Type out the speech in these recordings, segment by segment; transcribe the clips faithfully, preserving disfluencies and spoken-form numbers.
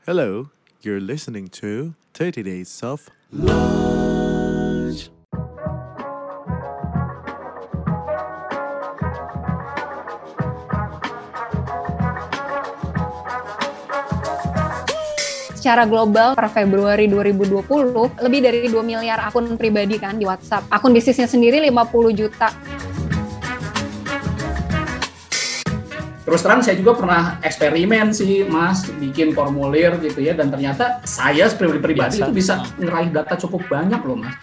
Hello, you're listening to thirty Days of Lunch. Secara global per Februari dua ribu dua puluh, lebih dari dua miliar akun pribadi kan di WhatsApp. Akun bisnisnya sendiri lima puluh juta. Terus terang saya juga pernah eksperimen sih Mas, bikin formulir gitu ya, dan ternyata saya sebagai pribadi itu bisa ngeraih data cukup banyak loh Mas.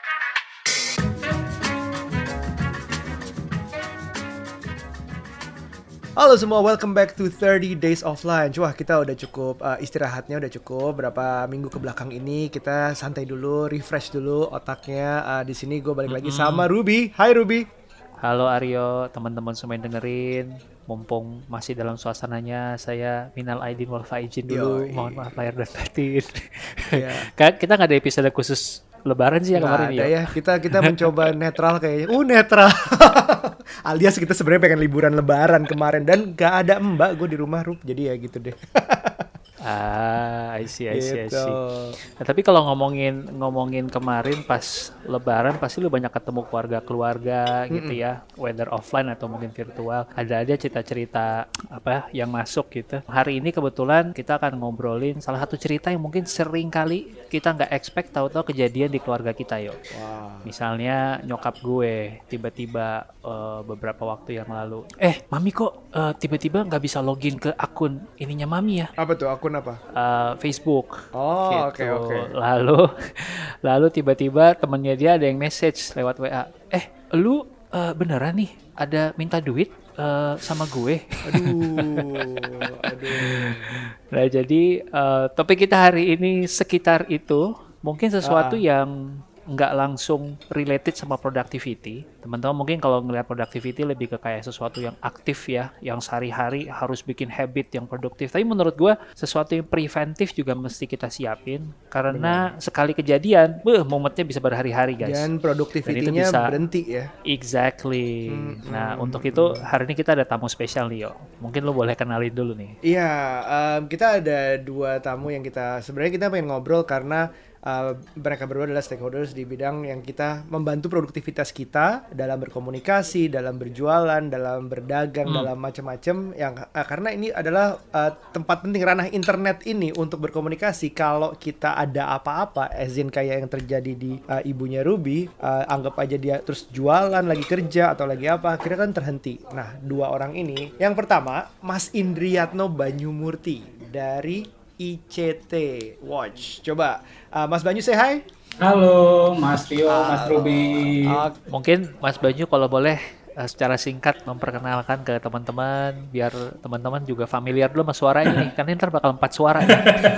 Halo semua, welcome back to thirty Days of Lunch. Wah, kita udah cukup uh, istirahatnya udah cukup. Berapa minggu ke belakang ini kita santai dulu, refresh dulu otaknya. Uh, di sini gue balik lagi mm-hmm. sama Ruby. Hai Ruby. Halo Aryo, teman-teman semua yang dengerin. Mumpung masih dalam suasananya, saya minal aidin wal faizin dulu. Yo, mohon maaf lahir dan batin. Yeah. Kan kita nggak ada episode khusus Lebaran sih ya kemarin ya. ya. Kita kita mencoba netral kayaknya. Uh netral. Alias kita sebenarnya pengen liburan Lebaran kemarin dan gak ada Mbak gue di rumah Rup. Jadi ya gitu deh. Ah, I see, I see, gitu. I see. Nah, tapi kalau ngomongin ngomongin kemarin pas Lebaran pasti lu banyak ketemu keluarga-keluarga mm-mm. gitu ya, whether offline atau mungkin virtual. Ada aja cerita-cerita apa yang masuk gitu. Hari ini kebetulan kita akan ngobrolin salah satu cerita yang mungkin sering kali kita nggak expect tahu-tahu kejadian di keluarga kita yo. Wow. Misalnya nyokap gue tiba-tiba uh, beberapa waktu yang lalu, eh mami kok uh, tiba-tiba nggak bisa login ke akun ininya mami ya? Apa tuh akun apa? Uh, Facebook. Oh, oke gitu. oke. Okay, okay. Lalu, lalu tiba-tiba temennya dia ada yang message lewat W A. Eh, lu uh, beneran nih ada minta duit uh, sama gue? Aduh, aduh. Nah, jadi uh, topik kita hari ini sekitar itu, mungkin sesuatu ah. yang nggak langsung related sama productivity. Teman-teman mungkin kalau ngelihat productivity lebih ke kayak sesuatu yang aktif ya, yang sehari-hari harus bikin habit yang produktif. Tapi menurut gue sesuatu yang preventif juga mesti kita siapin karena benar. Sekali kejadian, beuh, momennya bisa berhari-hari guys. Dan productivity-nya bisa berhenti ya. Exactly. Hmm, nah hmm, untuk hmm. itu hari ini kita ada tamu spesial nih yo. Mungkin lo boleh kenalin dulu nih. Iya, um, kita ada dua tamu yang kita sebenarnya kita pengen ngobrol karena Uh, mereka berdua adalah stakeholders di bidang yang kita membantu produktivitas kita dalam berkomunikasi, dalam berjualan, dalam berdagang, hmm. dalam macam-macam yang uh, karena ini adalah uh, tempat penting ranah internet ini untuk berkomunikasi. Kalau kita ada apa-apa, as in kayak yang terjadi di uh, ibunya Ruby, uh, anggap aja dia terus jualan, lagi kerja atau lagi apa, akhirnya kan terhenti. Nah, dua orang ini, yang pertama Mas Indriyatno Banyumurti dari I C T Watch. Coba uh, Mas Banyu say hi. Halo Mas Rio, Halo. Mas Ruby. Uh, mungkin Mas Banyu kalau boleh uh, secara singkat memperkenalkan ke teman-teman biar teman-teman juga familiar dulu sama suara ini karena ntar bakal empat suara. Ya.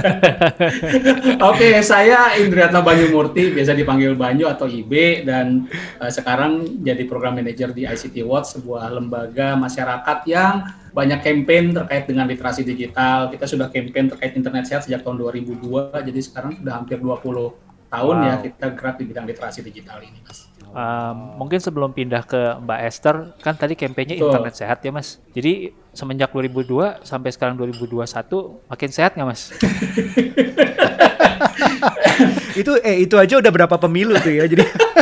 Oke, okay, saya Indriyatno Banyumurti, biasa dipanggil Banyu atau I B, dan uh, sekarang jadi program manager di I C T Watch, sebuah lembaga masyarakat yang banyak campaign terkait dengan literasi digital. Kita sudah campaign terkait internet sehat sejak tahun dua ribu dua, jadi sekarang sudah hampir dua puluh tahun wow. ya kita gerak di bidang literasi digital ini, Mas. Um, mungkin sebelum pindah ke Mbak Esther, kan tadi campaignnya internet sehat ya, Mas. Jadi semenjak dua ribu dua sampai sekarang dua ribu dua puluh satu, makin sehat nggak, Mas? itu eh itu aja udah berapa pemilu tuh ya, jadi.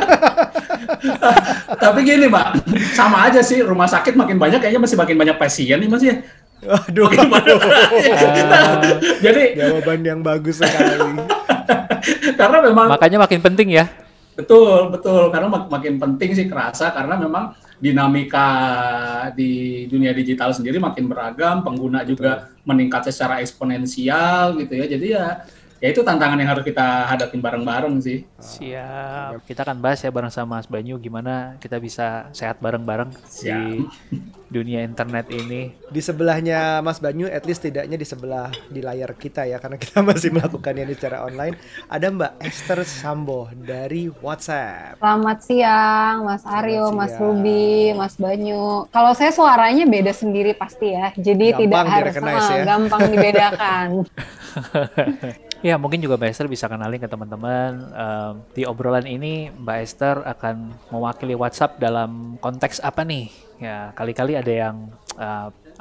Tapi gini Mbak, sama aja sih, rumah sakit makin banyak kayaknya masih makin banyak pasien nih Mas ya. Aduh. uh, Jadi jawaban yang bagus sekali. Karena memang makanya makin penting ya. Betul, betul. Karena mak- makin penting sih kerasa karena memang dinamika di dunia digital sendiri makin beragam, pengguna juga betul. Meningkat secara eksponensial gitu ya. Jadi ya Ya itu tantangan yang harus kita hadapin bareng-bareng sih. Siap. Kita akan bahas ya bareng sama Mas Banyu gimana kita bisa sehat bareng-bareng di dunia internet ini. Di sebelahnya Mas Banyu, at least tidaknya di sebelah di layar kita ya, karena kita masih melakukan ini secara online. Ada Mbak Esther Sambo dari WhatsApp. Selamat siang, Mas Aryo, Mas Ruby, Mas Banyu. Kalau saya suaranya beda sendiri pasti ya, jadi gampang tidak harus ah, ya. gampang dibedakan. Ya mungkin juga Mbak Esther bisa kenalin ke teman-teman. Um, di obrolan ini Mbak Esther akan mewakili WhatsApp dalam konteks apa nih? Ya kali-kali ada yang uh,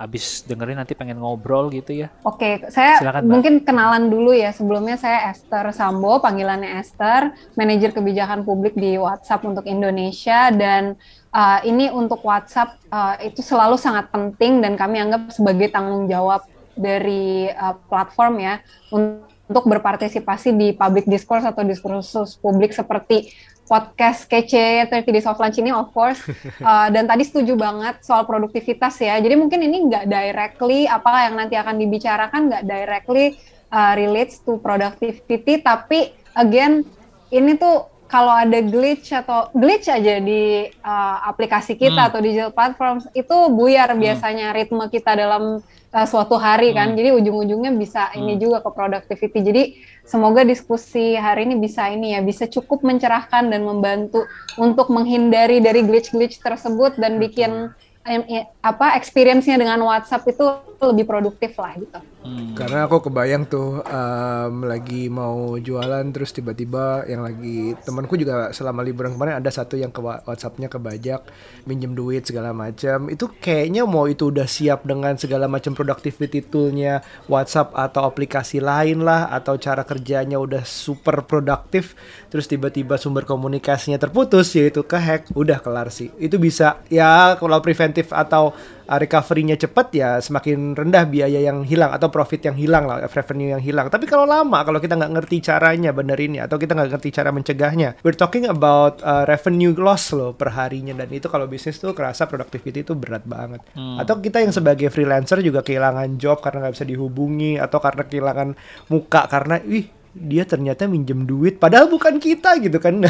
abis dengerin nanti pengen ngobrol gitu ya. Oke, saya Silakan, mungkin kenalan dulu ya. Sebelumnya saya Esther Sambo, panggilannya Esther, manajer kebijakan publik di WhatsApp untuk Indonesia, dan uh, ini untuk WhatsApp uh, itu selalu sangat penting dan kami anggap sebagai tanggung jawab dari uh, platform ya untuk berpartisipasi di public discourse atau diskursus publik seperti podcast kece thirty Days of Lunch ini, of course. Uh, dan tadi setuju banget soal produktivitas ya. Jadi mungkin ini nggak directly apa yang nanti akan dibicarakan nggak directly uh, relates to productivity, tapi again ini tuh kalau ada glitch atau glitch aja di uh, aplikasi kita hmm. atau digital platform itu buyar hmm. biasanya ritme kita dalam uh, suatu hari kan. Hmm. Jadi ujung-ujungnya bisa hmm. ini juga ke productivity. Jadi semoga diskusi hari ini bisa ini ya, bisa cukup mencerahkan dan membantu untuk menghindari dari glitch-glitch tersebut dan bikin eh, apa experience-nya dengan WhatsApp itu lebih produktif lah gitu. Hmm. Karena aku kebayang tuh um, lagi mau jualan terus tiba-tiba yang lagi temanku juga selama liburan kemarin ada satu yang ke WhatsApp-nya kebajak, minjem duit segala macam. Itu kayaknya mau itu udah siap dengan segala macam productivity tool-nya WhatsApp atau aplikasi lain lah, atau cara kerjanya udah super produktif, terus tiba-tiba sumber komunikasinya terputus yaitu kehack, udah kelar sih. Itu bisa ya kalau preventif atau recovery-nya cepat ya semakin rendah biaya yang hilang atau profit yang hilang lah, revenue yang hilang. Tapi kalau lama, kalau kita nggak ngerti caranya benerinnya atau kita nggak ngerti cara mencegahnya, we're talking about uh, revenue loss loh per harinya, dan itu kalau bisnis tuh kerasa productivity itu berat banget. Hmm. Atau kita yang sebagai freelancer juga kehilangan job karena nggak bisa dihubungi, atau karena kehilangan muka karena wih dia ternyata minjem duit padahal bukan kita gitu kan.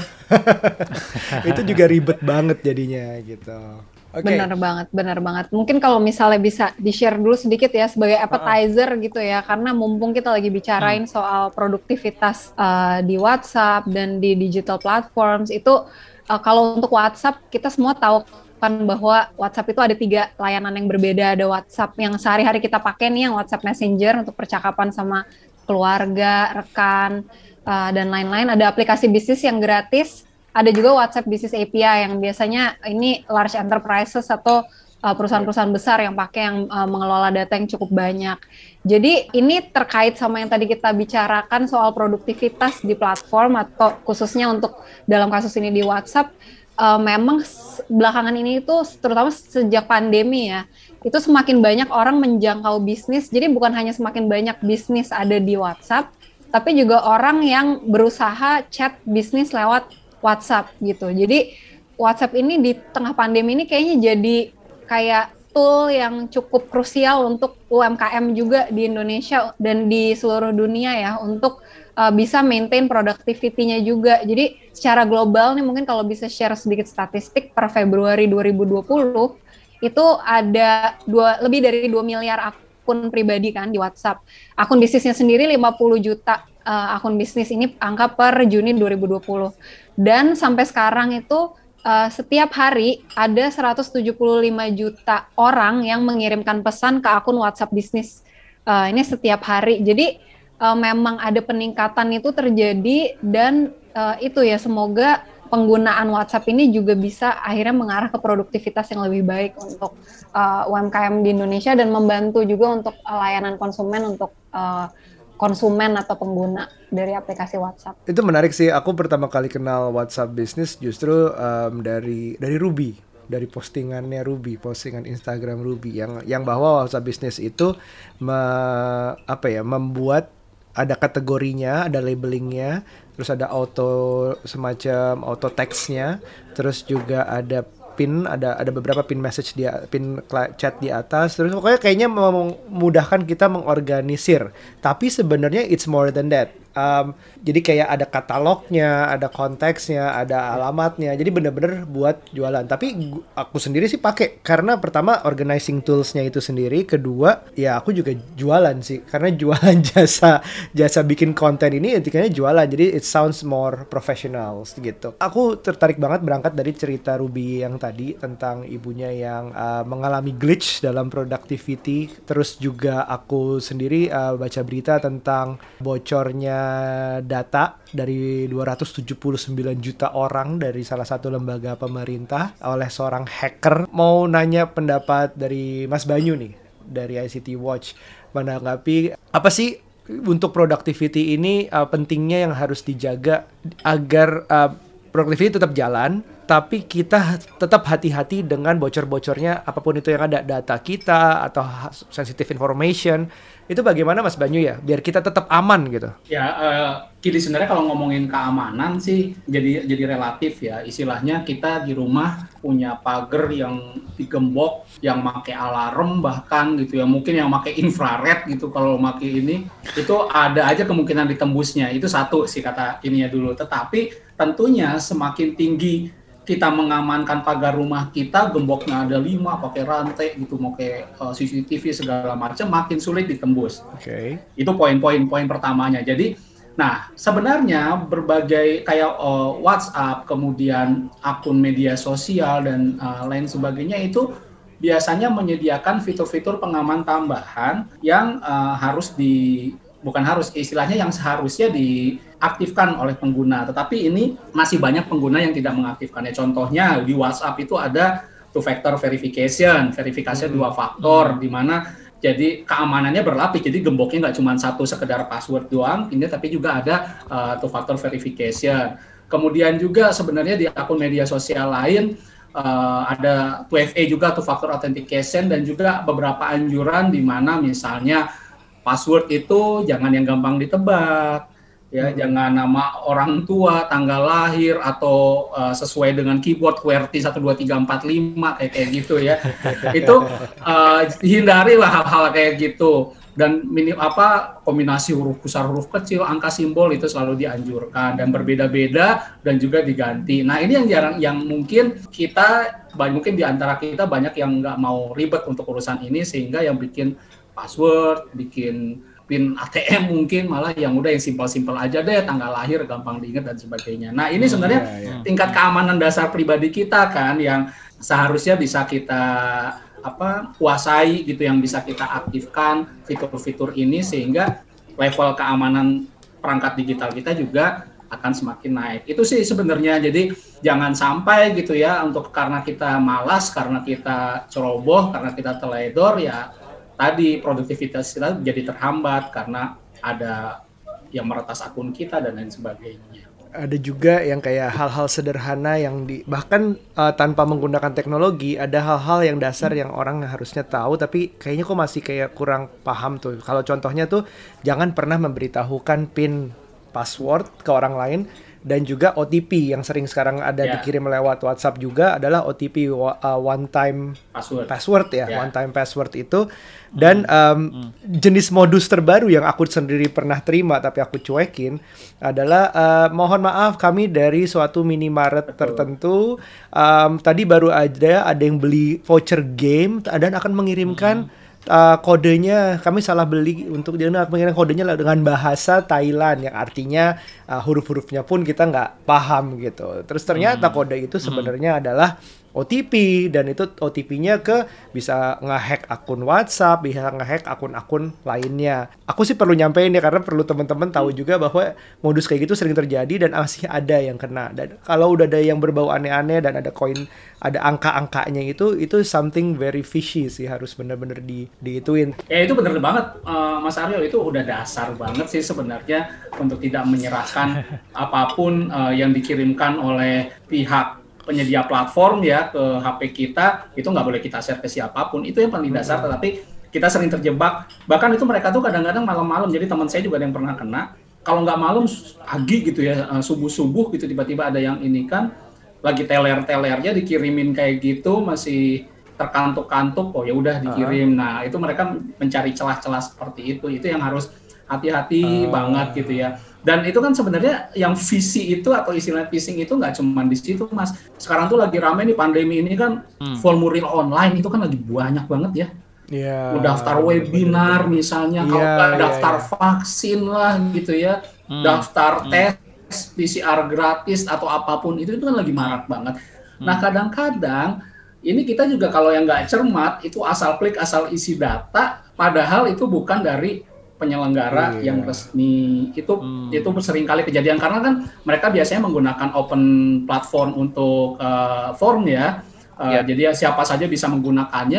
Itu juga ribet banget jadinya gitu. Okay. Benar banget, benar banget. Mungkin kalau misalnya bisa di-share dulu sedikit ya sebagai appetizer uh-uh. gitu ya, karena mumpung kita lagi bicarain hmm. soal produktivitas uh, di WhatsApp dan di digital platforms itu, uh, kalau untuk WhatsApp kita semua tahu kan bahwa WhatsApp itu ada tiga layanan yang berbeda. Ada WhatsApp yang sehari-hari kita pakai nih, yang WhatsApp Messenger untuk percakapan sama keluarga, rekan, uh, dan lain-lain. Ada aplikasi bisnis yang gratis. Ada juga WhatsApp Business A P I yang biasanya ini large enterprises atau uh, perusahaan-perusahaan besar yang pakai yang uh, mengelola data yang cukup banyak. Jadi ini terkait sama yang tadi kita bicarakan soal produktivitas di platform atau khususnya untuk dalam kasus ini di WhatsApp. Uh, memang belakangan ini itu terutama sejak pandemi ya, itu semakin banyak orang menjangkau bisnis. Jadi bukan hanya semakin banyak bisnis ada di WhatsApp, tapi juga orang yang berusaha chat bisnis lewat WhatsApp gitu. Jadi WhatsApp ini di tengah pandemi ini kayaknya jadi kayak tool yang cukup krusial untuk U M K M juga di Indonesia dan di seluruh dunia ya, untuk uh, bisa maintain productivity-nya juga. Jadi secara global nih mungkin kalau bisa share sedikit statistik per Februari dua ribu dua puluh itu ada dua, lebih dari dua miliar akun pribadi kan di WhatsApp. Akun bisnisnya sendiri lima puluh juta uh, akun bisnis, ini angka per Juni dua ribu dua puluh. Dan sampai sekarang itu uh, setiap hari ada seratus tujuh puluh lima juta orang yang mengirimkan pesan ke akun WhatsApp bisnis. Uh, ini setiap hari. Jadi uh, memang ada peningkatan itu terjadi, dan uh, itu ya semoga penggunaan WhatsApp ini juga bisa akhirnya mengarah ke produktivitas yang lebih baik untuk uh, U M K M di Indonesia dan membantu juga untuk uh, layanan konsumen untuk uh, konsumen atau pengguna dari aplikasi WhatsApp. Itu menarik sih. Aku pertama kali kenal WhatsApp Business justru um, dari dari Ruby, dari postingannya Ruby, postingan Instagram Ruby yang yang bahwa WhatsApp Business itu me, apa ya membuat ada kategorinya, ada labelingnya, terus ada auto semacam auto text-nya, terus juga ada pin, ada ada beberapa pin message di pin chat di atas, terus pokoknya kayaknya memudahkan kita mengorganisir. Tapi sebenarnya it's more than that. Um, jadi kayak ada katalognya, ada konteksnya, ada alamatnya. Jadi benar-benar buat jualan. Tapi aku sendiri sih pakai karena pertama organizing toolsnya itu sendiri, kedua ya aku juga jualan sih karena jualan jasa jasa bikin konten ini intinya jualan. Jadi it sounds more professional gitu. Aku tertarik banget berangkat dari cerita Ruby yang tadi tentang ibunya yang uh, mengalami glitch dalam productivity. Terus juga aku sendiri uh, baca berita tentang bocornya data dari dua ratus tujuh puluh sembilan juta orang dari salah satu lembaga pemerintah oleh seorang hacker. Mau nanya pendapat dari Mas Banyu nih. dari I C T Watch menanggapi apa sih untuk productivity ini uh, pentingnya yang harus dijaga agar uh, productivity tetap jalan, tapi kita tetap hati-hati dengan bocor-bocornya apapun itu yang ada, data kita atau sensitive information. Itu bagaimana Mas Banyu ya, biar kita tetap aman gitu? Ya, uh, Kidi sebenarnya kalau ngomongin keamanan sih jadi jadi relatif ya. Istilahnya kita di rumah punya pagar yang digembok, yang pakai alarm bahkan gitu ya. Mungkin yang pakai infrared gitu kalau pakai ini, itu ada aja kemungkinan ditembusnya. Itu satu sih kata ininya dulu. Tetapi tentunya semakin tinggi kita mengamankan pagar rumah kita, gemboknya ada lima, pakai rantai gitu, pakai uh, C C T V segala macam, makin sulit ditembus. Oke. Okay. Itu poin-poin poin pertamanya. Jadi, nah sebenarnya berbagai kayak uh, WhatsApp, kemudian akun media sosial dan uh, lain sebagainya itu biasanya menyediakan fitur-fitur pengaman tambahan yang uh, harus di bukan harus, istilahnya yang seharusnya diaktifkan oleh pengguna. Tetapi ini masih banyak pengguna yang tidak mengaktifkannya. Contohnya di WhatsApp itu ada two factor verification, verifikasi hmm. dua faktor, hmm. di mana jadi keamanannya berlapis. Jadi gemboknya nggak cuma satu sekedar password doang, ini tapi juga ada uh, two factor verification. Kemudian juga sebenarnya di akun media sosial lain uh, ada two F A juga, two factor authentication, dan juga beberapa anjuran di mana misalnya password itu jangan yang gampang ditebak, ya, hmm. jangan nama orang tua, tanggal lahir, atau uh, sesuai dengan keyboard QWERTY satu dua tiga empat lima kayak kayak gitu ya. Itu uh, hindarilah hal-hal kayak gitu. Dan minim apa kombinasi huruf besar, huruf kecil, angka simbol itu selalu dianjurkan dan berbeda-beda dan juga diganti. Nah, ini yang jarang, yang mungkin kita mungkin di antara kita banyak yang nggak mau ribet untuk urusan ini, sehingga yang bikin password, bikin pin A T M mungkin malah yang udah yang simpel-simpel aja deh, tanggal lahir gampang diingat dan sebagainya. Nah, ini sebenarnya hmm, yeah, yeah. tingkat keamanan dasar pribadi kita kan yang seharusnya bisa kita apa kuasai gitu, yang bisa kita aktifkan fitur-fitur ini sehingga level keamanan perangkat digital kita juga akan semakin naik. Itu sih sebenarnya. Jadi jangan sampai gitu ya, untuk karena kita malas, karena kita ceroboh, karena kita teledor, ya tadi produktivitas kita jadi terhambat karena ada yang meretas akun kita dan lain sebagainya. Ada juga yang kayak hal-hal sederhana yang di, bahkan uh, tanpa menggunakan teknologi, ada hal-hal yang dasar yang orang harusnya tahu tapi kayaknya kok masih kayak kurang paham tuh. Kalau contohnya tuh jangan pernah memberitahukan pin password ke orang lain, dan juga O T P yang sering sekarang ada yeah. dikirim lewat WhatsApp juga adalah O T P uh, one time password, password ya, yeah. one time password itu. Dan um, mm. jenis modus terbaru yang aku sendiri pernah terima tapi aku cuekin adalah uh, mohon maaf kami dari suatu minimarket tertentu, um, tadi baru aja ada yang beli voucher game dan akan mengirimkan mm. Uh, kodenya, kami salah beli untuk dia mengirim kodenya dengan bahasa Thailand yang artinya uh, huruf-hurufnya pun kita nggak paham gitu. Terus ternyata hmm. kode itu sebenarnya hmm. adalah O T P, dan itu O T P-nya ke bisa nge-hack akun WhatsApp, bisa nge-hack akun-akun lainnya. Aku sih perlu nyampein ya, karena perlu teman-teman tahu juga bahwa modus kayak gitu sering terjadi dan masih ada yang kena. Dan kalau udah ada yang berbau aneh-aneh dan ada koin, ada angka-angkanya itu, itu something very fishy sih, harus benar-benar di diituin. Ya itu benar banget, uh, Mas Aryo, itu udah dasar banget sih sebenarnya untuk tidak menyerahkan apapun uh, yang dikirimkan oleh pihak penyedia platform ya ke H P kita, itu nggak boleh kita share ke siapapun. Itu yang paling dasar, hmm. tetapi kita sering terjebak. Bahkan itu mereka tuh kadang-kadang malam-malam, jadi teman saya juga ada yang pernah kena. Kalau nggak malam, pagi gitu ya, subuh-subuh gitu, tiba-tiba ada yang ini kan, lagi teler-telernya dikirimin kayak gitu, masih terkantuk-kantuk, oh ya udah dikirim. Uh-huh. Nah, itu mereka mencari celah-celah seperti itu. Itu yang harus hati-hati uh. banget gitu ya. Dan itu kan sebenarnya yang visi itu atau istilah phishing itu nggak cuma di situ, Mas. Sekarang tuh lagi rame nih pandemi ini kan, hmm. formulir online itu kan lagi banyak banget ya. Yeah, udah daftar webinar bener-bener. Misalnya, yeah, kalau yeah, daftar yeah. vaksin lah gitu ya, hmm. daftar hmm. tes P C R gratis atau apapun itu itu kan lagi marak banget. Hmm. Nah kadang-kadang ini kita juga kalau yang nggak cermat itu asal klik asal isi data, padahal itu bukan dari penyelenggara yeah. yang resmi. Itu hmm. itu sering kali kejadian karena kan mereka biasanya menggunakan open platform untuk uh, form ya. Uh, yeah. Jadi ya siapa saja bisa menggunakannya.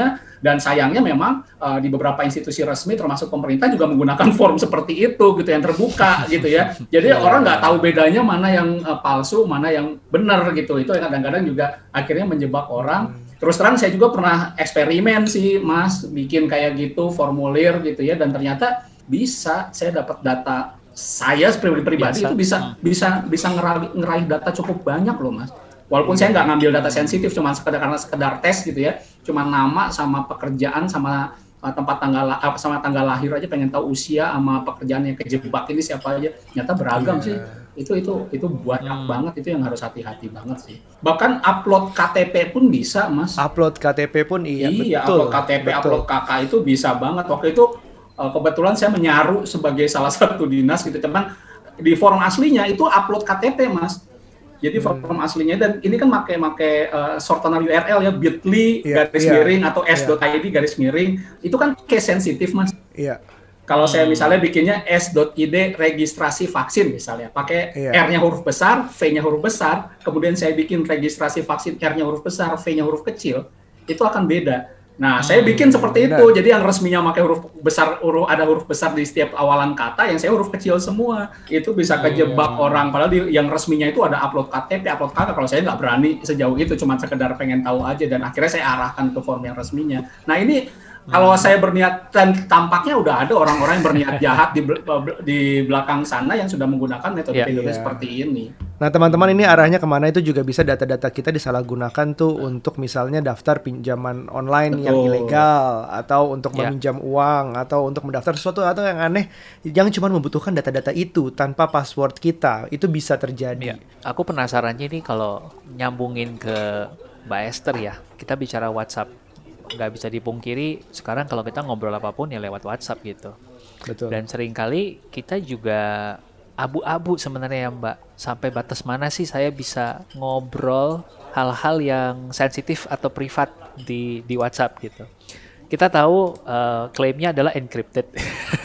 Dan sayangnya memang uh, di beberapa institusi resmi termasuk pemerintah juga menggunakan form seperti itu gitu yang terbuka gitu ya. Jadi yeah. orang nggak tahu bedanya mana yang uh, palsu, mana yang benar gitu. Itu yang kadang-kadang juga akhirnya menjebak orang. Hmm. Terus terang saya juga pernah eksperimen sih Mas, bikin kayak gitu formulir gitu ya, dan ternyata bisa saya dapat data saya pribadi itu bisa hmm. bisa bisa ngeraih, ngeraih data cukup banyak loh Mas. Walaupun saya nggak ngambil data sensitif, cuma sekedar karena sekedar tes gitu ya, cuma nama sama pekerjaan sama uh, tempat tanggal uh, sama tanggal lahir aja, pengen tahu usia sama pekerjaan yang kejebak ini siapa aja, ternyata beragam yeah. sih. Itu itu itu banyak hmm. banget, itu yang harus hati-hati banget sih. Bahkan upload K T P pun bisa Mas. Upload K T P pun iya, iya betul. Upload K T P, betul. Upload K K itu bisa banget. Waktu itu uh, kebetulan saya menyaru sebagai salah satu dinas gitu, teman di form aslinya itu upload K T P Mas. Jadi form hmm. aslinya, dan ini kan pakai pakai uh, shortener U R L ya, bit.ly yeah, garis yeah, miring atau s.id yeah. garis miring, itu kan case sensitif Mas. Iya. Yeah. Kalau hmm. saya misalnya bikinnya s.id registrasi vaksin misalnya, pakai yeah. R-nya huruf besar, V-nya huruf besar, kemudian saya bikin registrasi vaksin R-nya huruf besar, V-nya huruf kecil, itu akan beda. Nah, hmm, saya bikin seperti benar. Itu. Jadi yang resminya pakai huruf besar, huruf ada huruf besar di setiap awalan kata, yang saya huruf kecil semua. Itu bisa kejebak hmm. orang. Padahal di, yang resminya itu ada upload K T P, upload K K. Kalau saya nggak berani sejauh itu, cuma sekedar pengen tahu aja. Dan akhirnya saya arahkan ke form yang resminya. Nah, ini kalau saya berniat, dan tampaknya udah ada orang-orang yang berniat jahat di, di belakang sana yang sudah menggunakan metode yeah, yeah. seperti ini. Nah teman-teman, ini arahnya kemana itu juga bisa data-data kita disalahgunakan tuh untuk misalnya daftar pinjaman online Betul. Yang ilegal, atau untuk yeah. meminjam uang, atau untuk mendaftar sesuatu atau yang aneh yang cuma membutuhkan data-data itu tanpa password kita, itu bisa terjadi. Yeah. Aku penasarannya nih kalau nyambungin ke Mbak Esther ya, kita bicara WhatsApp. Nggak bisa dipungkiri sekarang kalau kita ngobrol apapun ya lewat WhatsApp gitu. Betul. Dan seringkali kita juga abu-abu sebenarnya ya Mbak, sampai batas mana sih saya bisa ngobrol hal-hal yang sensitif atau privat di di WhatsApp gitu. Kita tahu uh, klaimnya adalah encrypted.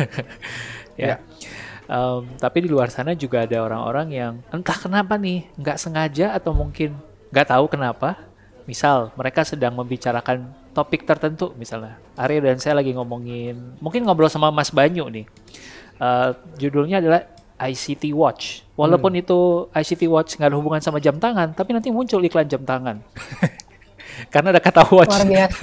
ya. Yeah. Um, tapi di luar sana juga ada orang-orang yang entah kenapa nih nggak sengaja atau mungkin nggak tahu kenapa. Misal mereka sedang membicarakan topik tertentu, misalnya Arya dan saya lagi ngomongin, mungkin ngobrol sama Mas Banyu nih, uh, judulnya adalah I C T Watch. Walaupun hmm. itu I C T Watch nggak ada hubungan sama jam tangan, tapi nanti muncul iklan jam tangan. Karena ada kata watch. Luar biasa.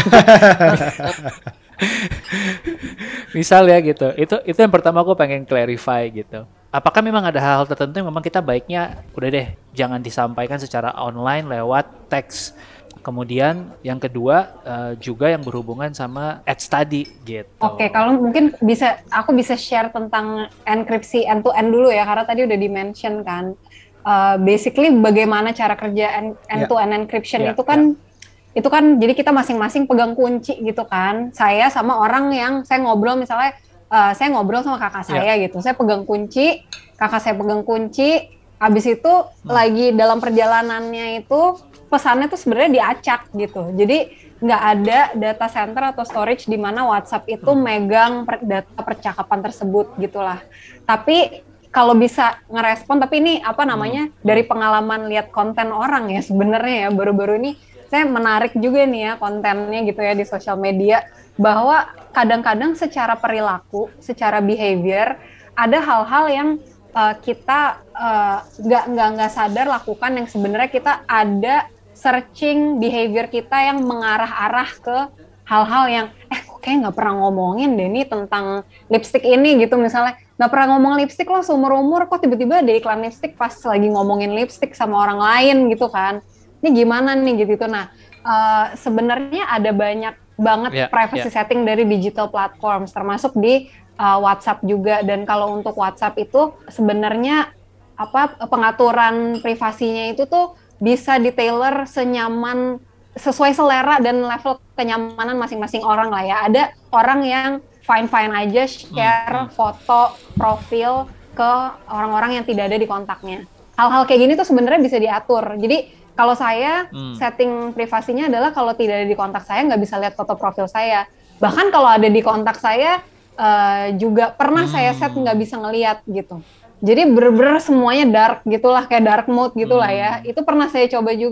Misal ya gitu, itu itu yang pertama aku pengen clarify gitu. Apakah memang ada hal-hal tertentu yang memang kita baiknya udah deh jangan disampaikan secara online lewat teks. Kemudian yang kedua uh, juga yang berhubungan sama ads tadi gitu. Oke, kalau mungkin bisa aku bisa share tentang enkripsi end to end dulu ya, karena tadi udah di-mention kan. Uh, basically bagaimana cara kerja end, end to end encryption yeah, itu kan yeah. itu kan jadi kita masing-masing pegang kunci gitu kan. Saya sama orang yang saya ngobrol misalnya uh, saya ngobrol sama kakak saya yeah. gitu. Saya pegang kunci, kakak saya pegang kunci. Abis itu hmm. lagi dalam perjalanannya itu pesannya tuh sebenarnya diacak gitu. Jadi nggak ada data center atau storage di mana WhatsApp itu hmm. megang per, data percakapan tersebut gitulah. Tapi kalau bisa ngerespon, tapi ini apa namanya hmm. dari pengalaman lihat konten orang ya sebenarnya ya, baru-baru ini saya menarik juga nih ya kontennya gitu ya di sosial media, bahwa kadang-kadang secara perilaku, secara behavior ada hal-hal yang uh, kita nggak uh, nggak nggak sadar lakukan, yang sebenarnya kita ada searching behavior kita yang mengarah-arah ke hal-hal yang eh kok kayak nggak pernah ngomongin deh nih tentang lipstick ini gitu, misalnya nggak pernah ngomong lipstick loh seumur-umur, kok tiba-tiba ada iklan lipstick pas lagi ngomongin lipstick sama orang lain gitu kan, ini gimana nih gitu. Nah uh, sebenarnya ada banyak banget yeah, privacy yeah. setting dari digital platforms, termasuk di uh, WhatsApp juga. Dan kalau untuk WhatsApp itu sebenarnya apa pengaturan privasinya itu tuh bisa di-tailor senyaman, sesuai selera dan level kenyamanan masing-masing orang lah ya. Ada orang yang fine-fine aja share hmm. foto profil ke orang-orang yang tidak ada di kontaknya. Hal-hal kayak gini tuh sebenarnya bisa diatur. Jadi kalau saya hmm. setting privasinya adalah kalau tidak ada di kontak saya nggak bisa lihat foto profil saya. Bahkan kalau ada di kontak saya uh, juga pernah hmm. saya set nggak bisa ngelihat gitu. Jadi bener-bener semuanya dark gitulah, kayak dark mode gitulah ya. Itu pernah saya coba juga.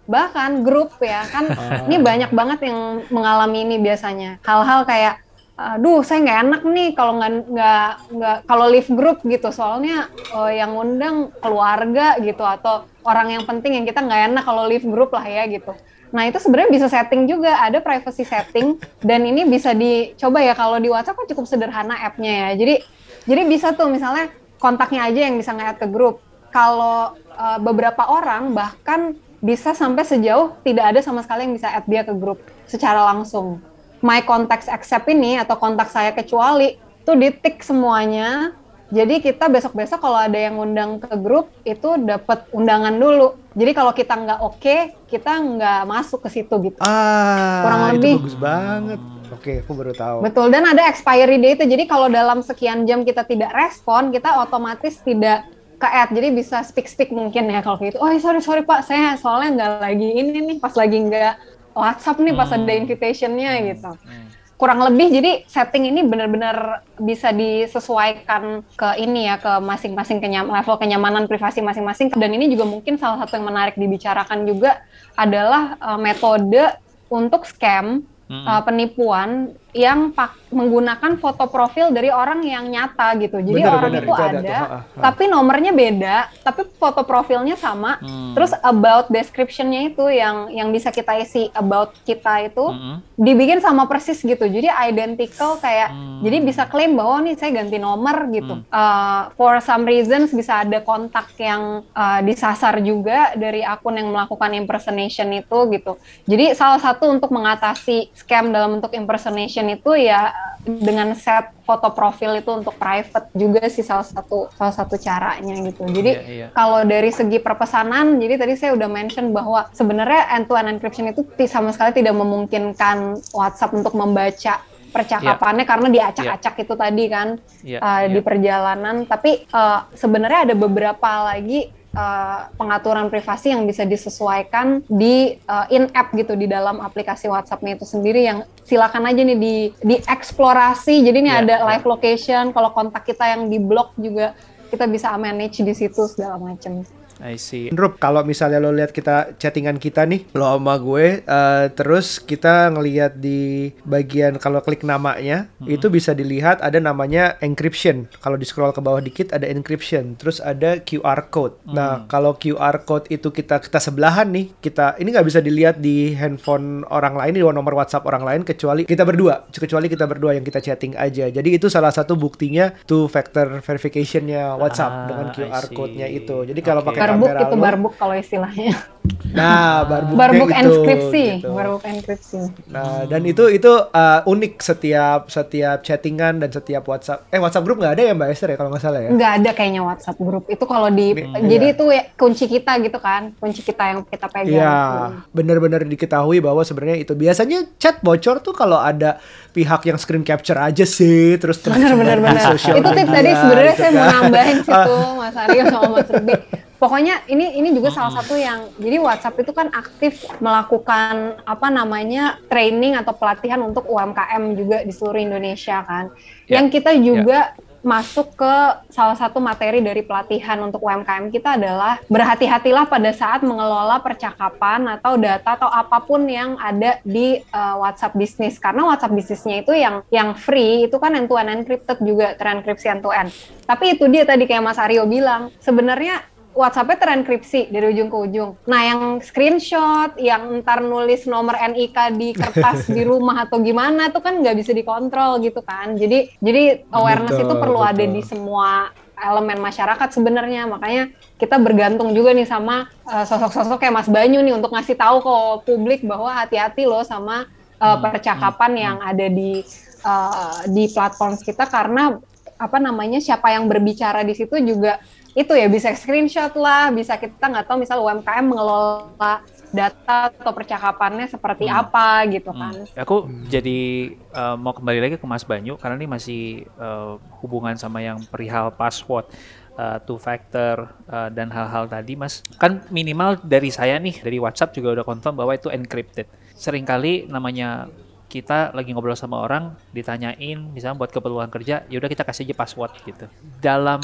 bahkan grup ya kan. Ini banyak banget yang mengalami ini biasanya. Hal-hal kayak aduh saya nggak enak nih kalau nggak nggak nggak kalau live group gitu, soalnya uh, yang undang keluarga gitu atau orang yang penting yang kita nggak enak kalau live group lah ya gitu. Nah itu sebenarnya bisa setting juga, ada privacy setting dan ini bisa dicoba ya. Kalau di WhatsApp kan cukup sederhana app-nya ya. Jadi jadi bisa tuh misalnya kontaknya aja yang bisa nge-add ke grup. Kalau uh, beberapa orang bahkan bisa sampai sejauh tidak ada sama sekali yang bisa add dia ke grup secara langsung. My contacts accept ini atau kontak saya kecuali itu di-tick semuanya. Jadi kita besok-besok kalau ada yang undang ke grup itu dapat undangan dulu. Jadi kalau kita nggak oke, okay, kita nggak masuk ke situ gitu. Ah, kurang itu lebih bagus banget. Oke, aku baru tahu. Betul, dan ada expiry date. Jadi kalau dalam sekian jam kita tidak respon, kita otomatis tidak ke-add. Jadi bisa speak-speak mungkin ya kalau gitu. Oh sorry sorry Pak, saya soalnya nggak lagi ini nih, pas lagi nggak WhatsApp nih, pas ada invitation-nya gitu. Kurang lebih jadi setting ini benar-benar bisa disesuaikan ke ini ya, ke masing-masing kenyam, level kenyamanan privasi masing-masing. Dan ini juga mungkin salah satu yang menarik dibicarakan juga adalah uh, metode untuk scam, hmm. uh, penipuan yang pak- menggunakan foto profil dari orang yang nyata gitu. Jadi bener, orang bener, itu, itu ada, ada tuh, ha, ha. Tapi nomornya beda, tapi foto profilnya sama. Hmm. Terus about description-nya itu yang yang bisa kita isi about kita itu hmm. dibikin sama persis gitu. Jadi identical kayak hmm. jadi bisa klaim bahwa nih saya ganti nomor gitu. Hmm. Uh, for some reasons bisa ada kontak yang uh, disasar juga dari akun yang melakukan impersonation itu gitu. Jadi salah satu untuk mengatasi scam dalam bentuk impersonation itu ya dengan set foto profil itu untuk private juga sih salah satu salah satu caranya gitu. Jadi yeah, yeah. kalau dari segi perpesanan, jadi tadi saya udah mention bahwa sebenarnya end-to-end encryption itu sama sekali tidak memungkinkan WhatsApp untuk membaca percakapannya yeah. karena diacak-acak yeah. itu tadi kan yeah, uh, yeah. di perjalanan. Tapi uh, sebenarnya ada beberapa lagi Uh, pengaturan privasi yang bisa disesuaikan di uh, in-app gitu di dalam aplikasi WhatsApp-nya itu sendiri yang silakan aja nih di dieksplorasi. Jadi ini yeah, ada live yeah. location, kalau kontak kita yang di-block juga kita bisa manage di situ segala macam. I see. Rup, kalau misalnya lo lihat kita chattingan kita nih, lo sama gue, uh, terus kita ngelihat di bagian kalau klik namanya, hmm. itu bisa dilihat ada namanya encryption. Kalau di scroll ke bawah dikit ada encryption, terus ada Q R code. Hmm. Nah, kalau Q R code itu kita kita sebelahan nih, kita ini nggak bisa dilihat di handphone orang lain, di nomor WhatsApp orang lain kecuali kita berdua, kecuali kita berdua yang kita chatting aja. Jadi itu salah satu buktinya two factor verification-nya WhatsApp ah, dengan Q R code-nya itu. Jadi kalau okay. pakai barbuk itu lo, barbuk kalau istilahnya. Nah, barbuk barbuk itu, enkripsi, gitu. barbuk enkripsi. Nah, dan itu itu uh, unik setiap setiap chattingan dan setiap WhatsApp. Eh WhatsApp grup nggak ada ya Mbak Esther ya kalau nggak salah ya? Nggak ada kayaknya WhatsApp grup. Itu kalau di hmm, jadi iya. itu ya, kunci kita gitu kan, kunci kita yang kita pegang. Iya, benar-benar diketahui bahwa sebenarnya itu biasanya chat bocor tuh kalau ada pihak yang screen capture aja sih, terus terus benar-benar benar. Itu tips tadi sebenarnya gitu saya kan. mau nambahin situ Mas Aryo sama Mas Ruby. Pokoknya ini ini juga mm-hmm. salah satu yang jadi WhatsApp itu kan aktif melakukan apa namanya training atau pelatihan untuk U M K M juga di seluruh Indonesia kan. Yeah. Yang kita juga yeah. masuk ke salah satu materi dari pelatihan untuk U M K M kita adalah berhati-hatilah pada saat mengelola percakapan atau data atau apapun yang ada di uh, WhatsApp bisnis, karena WhatsApp bisnisnya itu yang yang free itu kan end-to-end encrypted juga, terenkripsi end-to-end. Tapi itu dia tadi kayak Mas Aryo bilang, sebenarnya WhatsApp-nya terenkripsi dari ujung ke ujung. Nah, yang screenshot, yang ntar nulis nomor N I K di kertas di rumah atau gimana, itu kan nggak bisa dikontrol gitu kan. Jadi, jadi awareness betul, itu perlu betul. ada di semua elemen masyarakat sebenarnya. Makanya kita bergantung juga nih sama uh, sosok-sosok kayak Mas Banyu nih untuk ngasih tahu ke publik bahwa hati-hati loh sama uh, percakapan hmm. yang ada di uh, di platform kita, karena apa namanya siapa yang berbicara di situ juga itu ya bisa screenshot lah, bisa kita nggak tahu misal U M K M mengelola data atau percakapannya seperti hmm. apa gitu kan. Hmm. Aku jadi uh, mau kembali lagi ke Mas Banyu karena ini masih uh, hubungan sama yang perihal password, uh, two factor uh, dan hal-hal tadi Mas. Kan minimal dari saya nih, dari WhatsApp juga udah confirm bahwa itu encrypted. Seringkali namanya kita lagi ngobrol sama orang, ditanyain misalnya buat keperluan kerja, ya udah kita kasih aja password gitu. Dalam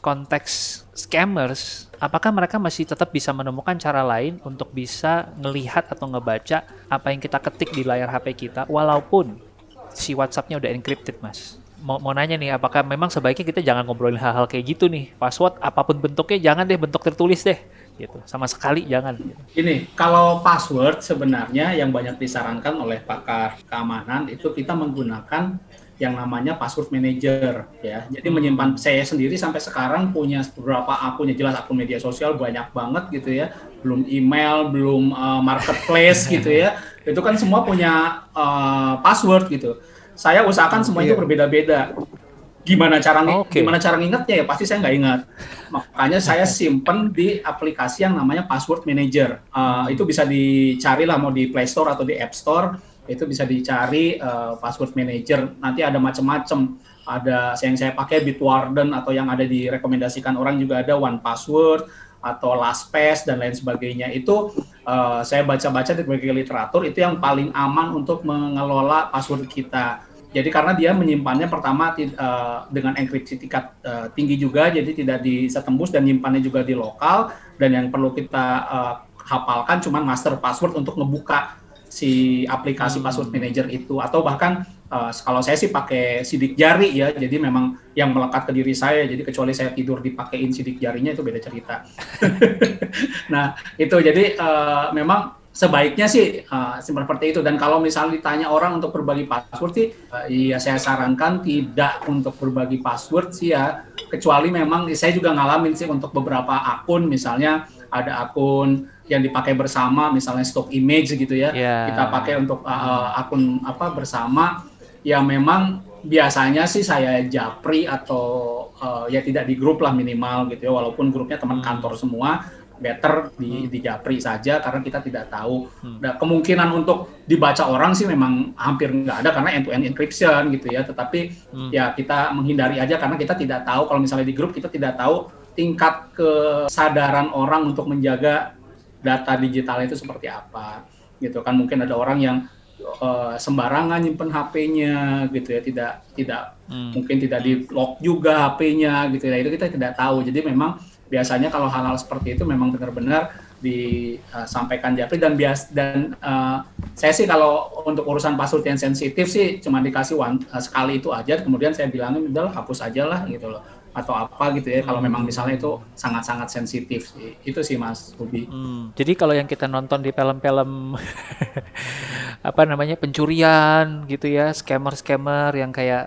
konteks scammers, apakah mereka masih tetap bisa menemukan cara lain untuk bisa ngelihat atau ngebaca apa yang kita ketik di layar H P kita walaupun si WhatsApp-nya udah encrypted, Mas? Mau, mau nanya nih, apakah memang sebaiknya kita jangan ngobrolin hal-hal kayak gitu nih? Password apapun bentuknya jangan deh bentuk tertulis deh, gitu. Sama sekali jangan. Gitu. Ini kalau password sebenarnya yang banyak disarankan oleh pakar keamanan itu kita menggunakan yang namanya password manager ya. Jadi hmm. menyimpan, saya sendiri sampai sekarang punya beberapa akun, ya jelas akun media sosial banyak banget gitu ya. Belum email, belum uh, marketplace gitu ya. Itu kan semua punya uh, password gitu. Saya usahakan semua yeah. itu berbeda-beda. Gimana cara ng- okay. gimana cara ngingetnya ya pasti saya nggak ingat. Makanya saya simpen di aplikasi yang namanya password manager. Uh, itu bisa dicari lah mau di Play Store atau di App Store. Itu bisa dicari uh, password manager. Nanti ada macam-macam. Ada yang saya pakai Bitwarden atau yang ada direkomendasikan orang juga ada One Password atau LastPass dan lain sebagainya. Itu uh, saya baca-baca di berbagai literatur itu yang paling aman untuk mengelola password kita. Jadi karena dia menyimpannya pertama uh, dengan enkripsi tingkat uh, tinggi juga, jadi tidak bisa tembus dan nyimpannya juga di lokal. Dan yang perlu kita uh, hafalkan cuma master password untuk ngebuka si aplikasi hmm. password manager itu, atau bahkan uh, kalau saya sih pakai sidik jari ya, jadi memang yang melekat ke diri saya, jadi kecuali saya tidur dipakein sidik jarinya itu beda cerita. Nah itu jadi uh, memang sebaiknya sih uh, seperti itu. Dan kalau misalnya ditanya orang untuk berbagi password sih, uh, iya saya sarankan tidak untuk berbagi password sih ya, kecuali memang saya juga ngalamin sih untuk beberapa akun, misalnya ada akun yang dipakai bersama, misalnya stock image gitu ya, yeah. kita pakai untuk uh, akun apa bersama, ya memang biasanya sih saya japri atau uh, ya tidak di grup lah minimal gitu ya, walaupun grupnya teman kantor semua, better di, di japri saja karena kita tidak tahu. Nah, kemungkinan untuk dibaca orang sih memang hampir nggak ada karena end-to-end encryption gitu ya, tetapi hmm. ya kita menghindari aja karena kita tidak tahu, kalau misalnya di grup kita tidak tahu tingkat kesadaran orang untuk menjaga data digital itu seperti apa gitu kan. Mungkin ada orang yang uh, sembarangan nyimpen H P-nya gitu ya, tidak tidak hmm. mungkin tidak di lock juga H P-nya gitu ya, itu kita tidak tahu. Jadi memang biasanya kalau hal-hal seperti itu memang benar-benar disampaikan uh, japri dan bias dan uh, saya sih kalau untuk urusan password yang sensitif sih cuma dikasih one, uh, sekali itu aja, kemudian saya bilangin udah hapus aja lah gitu loh, atau apa gitu ya, kalau memang misalnya itu sangat-sangat sensitif sih. Itu sih Mas Ruby. Hmm. Jadi kalau yang kita nonton di film-film apa namanya pencurian gitu ya, scammer-scammer yang kayak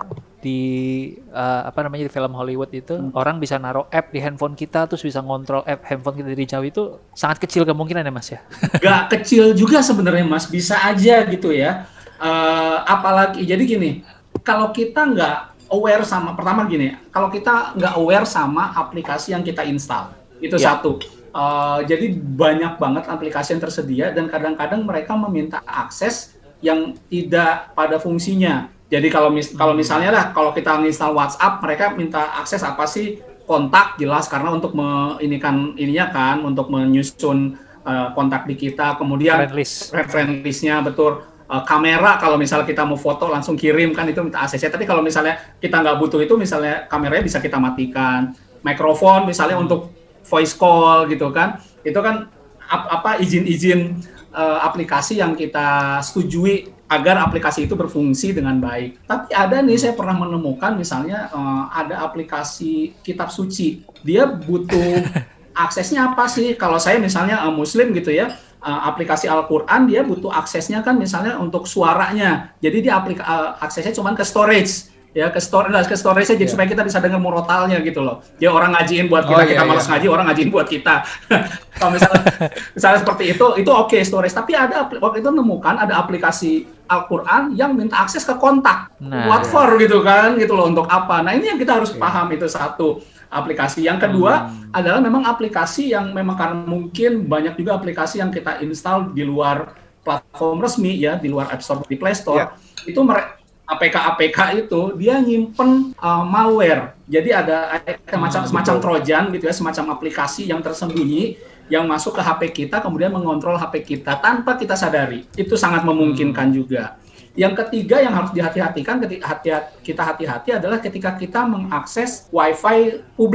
di uh, apa namanya di film Hollywood itu, hmm. orang bisa naruh app di handphone kita terus bisa ngontrol app handphone kita dari jauh, itu sangat kecil kemungkinan ya Mas ya? Gak kecil juga sebenarnya Mas, bisa aja gitu ya. Uh, apalagi jadi gini, kalau kita nggak aware sama, pertama gini, kalau kita nggak aware sama aplikasi yang kita install, itu ya. Satu. Uh, jadi banyak banget aplikasi yang tersedia dan kadang-kadang mereka meminta akses yang tidak pada fungsinya. Jadi kalau mis- kalau misalnya lah, kalau kita install WhatsApp, mereka minta akses apa sih? Kontak jelas karena untuk meinikan ininya kan, untuk menyusun uh, kontak di kita, kemudian friend list. Friend list-nya betul. Uh, kamera kalau misalnya kita mau foto langsung kirim kan itu minta aksesnya. Tapi kalau misalnya kita nggak butuh itu, misalnya kameranya bisa kita matikan. Mikrofon misalnya hmm. untuk voice call gitu kan, itu kan ap- apa izin-izin uh, aplikasi yang kita setujui agar aplikasi itu berfungsi dengan baik. Tapi ada nih, saya pernah menemukan misalnya uh, ada aplikasi kitab suci, dia butuh aksesnya apa sih? Kalau saya misalnya uh, Muslim gitu ya, uh, aplikasi Al-Quran dia butuh aksesnya kan misalnya untuk suaranya, jadi dia aplik- uh, aksesnya cuma ke storage. Ya ke storage, ke storage aja yeah. supaya kita bisa dengar murotalnya gitu loh. Dia orang ngajiin buat kita, oh, kita yeah, malas yeah. ngaji, orang ngajiin buat kita. Kalau misalnya, misalnya seperti itu, itu oke okay, storage. Tapi ada waktu itu menemukan ada aplikasi Al-Quran yang minta akses ke kontak, nah, what for yeah. gitu kan, gitu loh, untuk apa? Nah ini yang kita harus yeah. paham, itu satu aplikasi. Yang kedua hmm. adalah memang aplikasi yang memang karena mungkin banyak juga aplikasi yang kita install di luar platform resmi ya, di luar App Store, di Play Store, yeah. itu mereka A P K A P K itu dia nyimpen uh, malware. Jadi ada semacam semacam trojan gitu ya, semacam aplikasi yang tersembunyi yang masuk ke H P kita kemudian mengontrol H P kita tanpa kita sadari. Itu sangat memungkinkan juga. Yang ketiga yang harus dihati-hatikan ketika hati-hati, kita hati-hati adalah ketika kita mengakses Wi-Fi publik.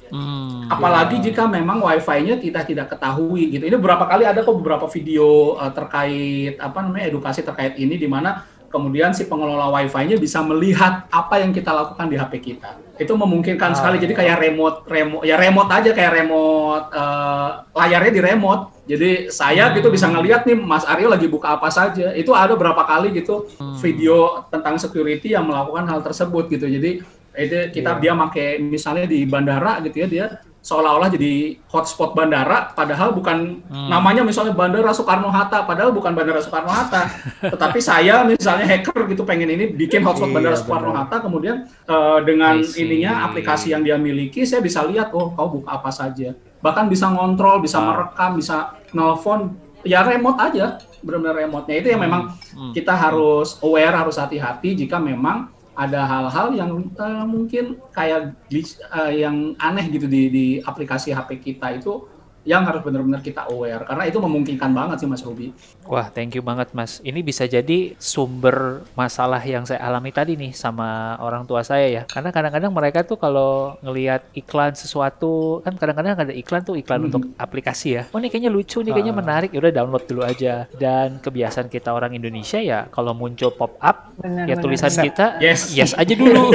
Hmm, Apalagi ya. jika memang wifi-nya kita tidak ketahui gitu. Ini beberapa kali ada kok beberapa video uh, terkait apa namanya edukasi terkait ini di mana kemudian si pengelola wifi-nya bisa melihat apa yang kita lakukan di H P kita. Itu memungkinkan Ah. sekali. Jadi kayak remote, remote ya remote aja kayak remote uh, layarnya di remote. Jadi saya gitu bisa ngelihat nih Mas Aryo lagi buka apa saja. Itu ada berapa kali gitu video tentang security yang melakukan hal tersebut gitu. Jadi itu kita Iya. dia pakai misalnya di bandara gitu ya, dia seolah-olah jadi hotspot bandara padahal bukan namanya misalnya Bandara Soekarno-Hatta, padahal bukan Bandara Soekarno-Hatta. Tetapi saya misalnya hacker gitu pengen ini bikin hotspot Iya, Bandara benar. Soekarno-Hatta, kemudian eh, dengan I see. ininya aplikasi yang dia miliki saya bisa lihat oh kau buka apa saja. Bahkan bisa ngontrol, bisa Wow. merekam, bisa nelfon, ya remote aja, benar-benar remote-nya. Itu yang memang Hmm. kita harus aware, harus hati-hati jika memang ada hal-hal yang uh, mungkin kayak glitch, uh, yang aneh gitu di, di aplikasi H P kita itu yang harus benar-benar kita aware karena itu memungkinkan banget sih Mas Ruby. Wah, thank you banget Mas. Ini bisa jadi sumber masalah yang saya alami tadi nih sama orang tua saya ya. Karena kadang-kadang mereka tuh kalau ngelihat iklan sesuatu, kan kadang-kadang ada iklan tuh iklan Hmm. untuk aplikasi ya. Oh, ini kayaknya lucu, nih kayaknya Ah. menarik. Ya udah download dulu aja. Dan kebiasaan kita orang Indonesia ya, kalau muncul pop up, Benar, ya benar. tulisan Accept. kita Yes. yes aja dulu.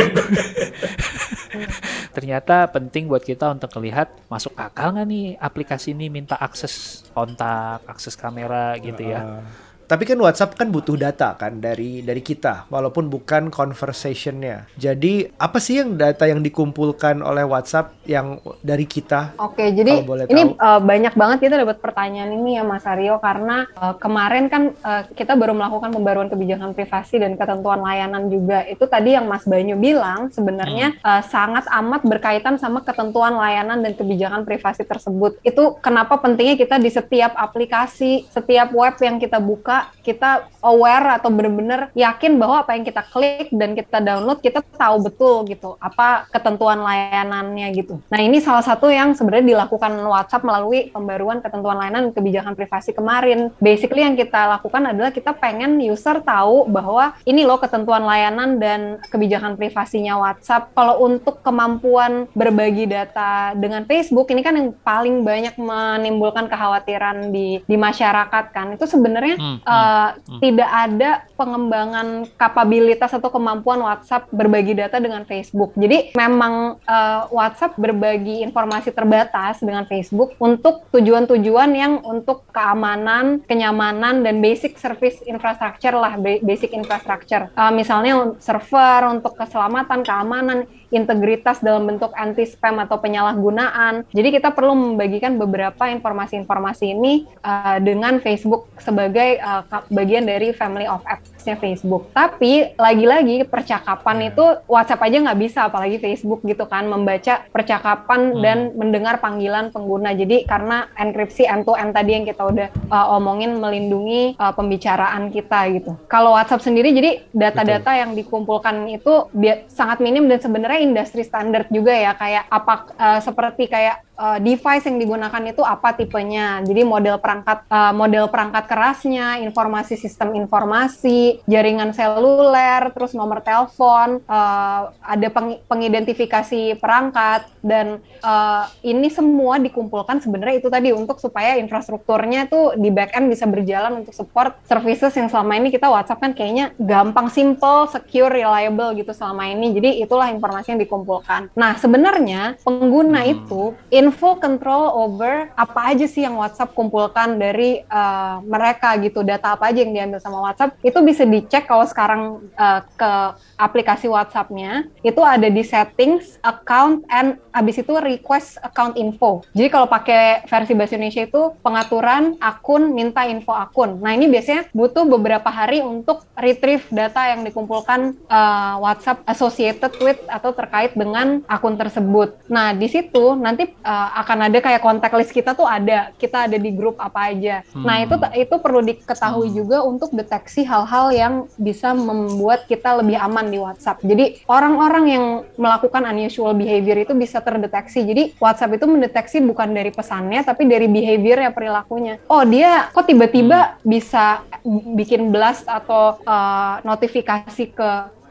Ternyata penting buat kita untuk melihat masuk akal nggak nih aplikasi ini minta akses kontak, akses kamera gitu ya. Uh, Tapi kan WhatsApp kan butuh data kan dari dari kita, walaupun bukan conversation-nya. Jadi apa sih yang data yang dikumpulkan oleh WhatsApp yang dari kita? Oke, jadi Kalau boleh ini tahu. uh, banyak banget kita dapat pertanyaan ini ya Mas Aryo karena uh, kemarin kan uh, kita baru melakukan pembaruan kebijakan privasi dan ketentuan layanan juga. Itu tadi yang Mas Banyu bilang sebenarnya uh, sangat amat berkaitan sama ketentuan layanan dan kebijakan privasi tersebut. Itu kenapa pentingnya kita di setiap aplikasi, setiap web yang kita buka, kita aware atau benar-benar yakin bahwa apa yang kita klik dan kita download kita tahu betul gitu apa ketentuan layanannya gitu. Nah ini salah satu yang sebenarnya dilakukan WhatsApp melalui pembaruan ketentuan layanan dan kebijakan privasi kemarin. Basically yang kita lakukan adalah kita pengen user tahu bahwa ini loh ketentuan layanan dan kebijakan privasinya WhatsApp. Kalau untuk kemampuan berbagi data dengan Facebook ini kan yang paling banyak menimbulkan kekhawatiran di di masyarakat kan. Itu sebenarnya Hmm. Uh, tidak ada pengembangan kapabilitas atau kemampuan WhatsApp berbagi data dengan Facebook. Jadi memang uh, WhatsApp berbagi informasi terbatas dengan Facebook untuk tujuan-tujuan yang untuk keamanan, kenyamanan, dan basic service infrastructure lah, basic infrastructure. Uh, misalnya server untuk keselamatan, keamanan, integritas dalam bentuk anti-spam atau penyalahgunaan. Jadi kita perlu membagikan beberapa informasi-informasi ini uh, dengan Facebook sebagai uh, bagian dari family of apps-nya Facebook. Tapi lagi-lagi percakapan itu WhatsApp aja nggak bisa, apalagi Facebook gitu kan, membaca percakapan Hmm. dan mendengar panggilan pengguna. Jadi karena enkripsi end-to-end tadi yang kita udah uh, omongin melindungi uh, pembicaraan kita gitu. Kalau WhatsApp sendiri, jadi data-data yang dikumpulkan itu bi- sangat minim dan sebenarnya industri standar juga ya, kayak apa uh, seperti kayak uh, device yang digunakan itu apa tipenya. Jadi model perangkat uh, model perangkat kerasnya, informasi sistem informasi, jaringan seluler, terus nomor telepon, uh, ada peng- pengidentifikasi perangkat dan uh, ini semua dikumpulkan sebenarnya itu tadi untuk supaya infrastrukturnya tuh di back end bisa berjalan untuk support services yang selama ini kita WhatsApp kan kayaknya gampang, simple, secure, reliable gitu selama ini. Jadi itulah informasi yang dikumpulkan. Nah, sebenarnya pengguna Hmm. itu info control over apa aja sih yang WhatsApp kumpulkan dari uh, mereka gitu, data apa aja yang diambil sama WhatsApp, itu bisa dicek kalau sekarang uh, ke aplikasi WhatsApp-nya, itu ada di settings, account, and abis itu request account info. Jadi kalau pakai versi bahasa Indonesia itu pengaturan akun, minta info akun. Nah ini biasanya butuh beberapa hari untuk retrieve data yang dikumpulkan uh, WhatsApp associated with atau terkait dengan akun tersebut. Nah di situ nanti uh, akan ada kayak kontak list kita tuh ada, kita ada di grup apa aja. Hmm. Nah itu itu perlu diketahui juga untuk deteksi hal-hal yang bisa membuat kita lebih aman di WhatsApp. Jadi orang-orang yang melakukan unusual behavior itu bisa terdeteksi. Jadi WhatsApp itu mendeteksi bukan dari pesannya tapi dari behavior ya, perilakunya. Oh dia kok tiba-tiba bisa bikin blast atau uh, notifikasi ke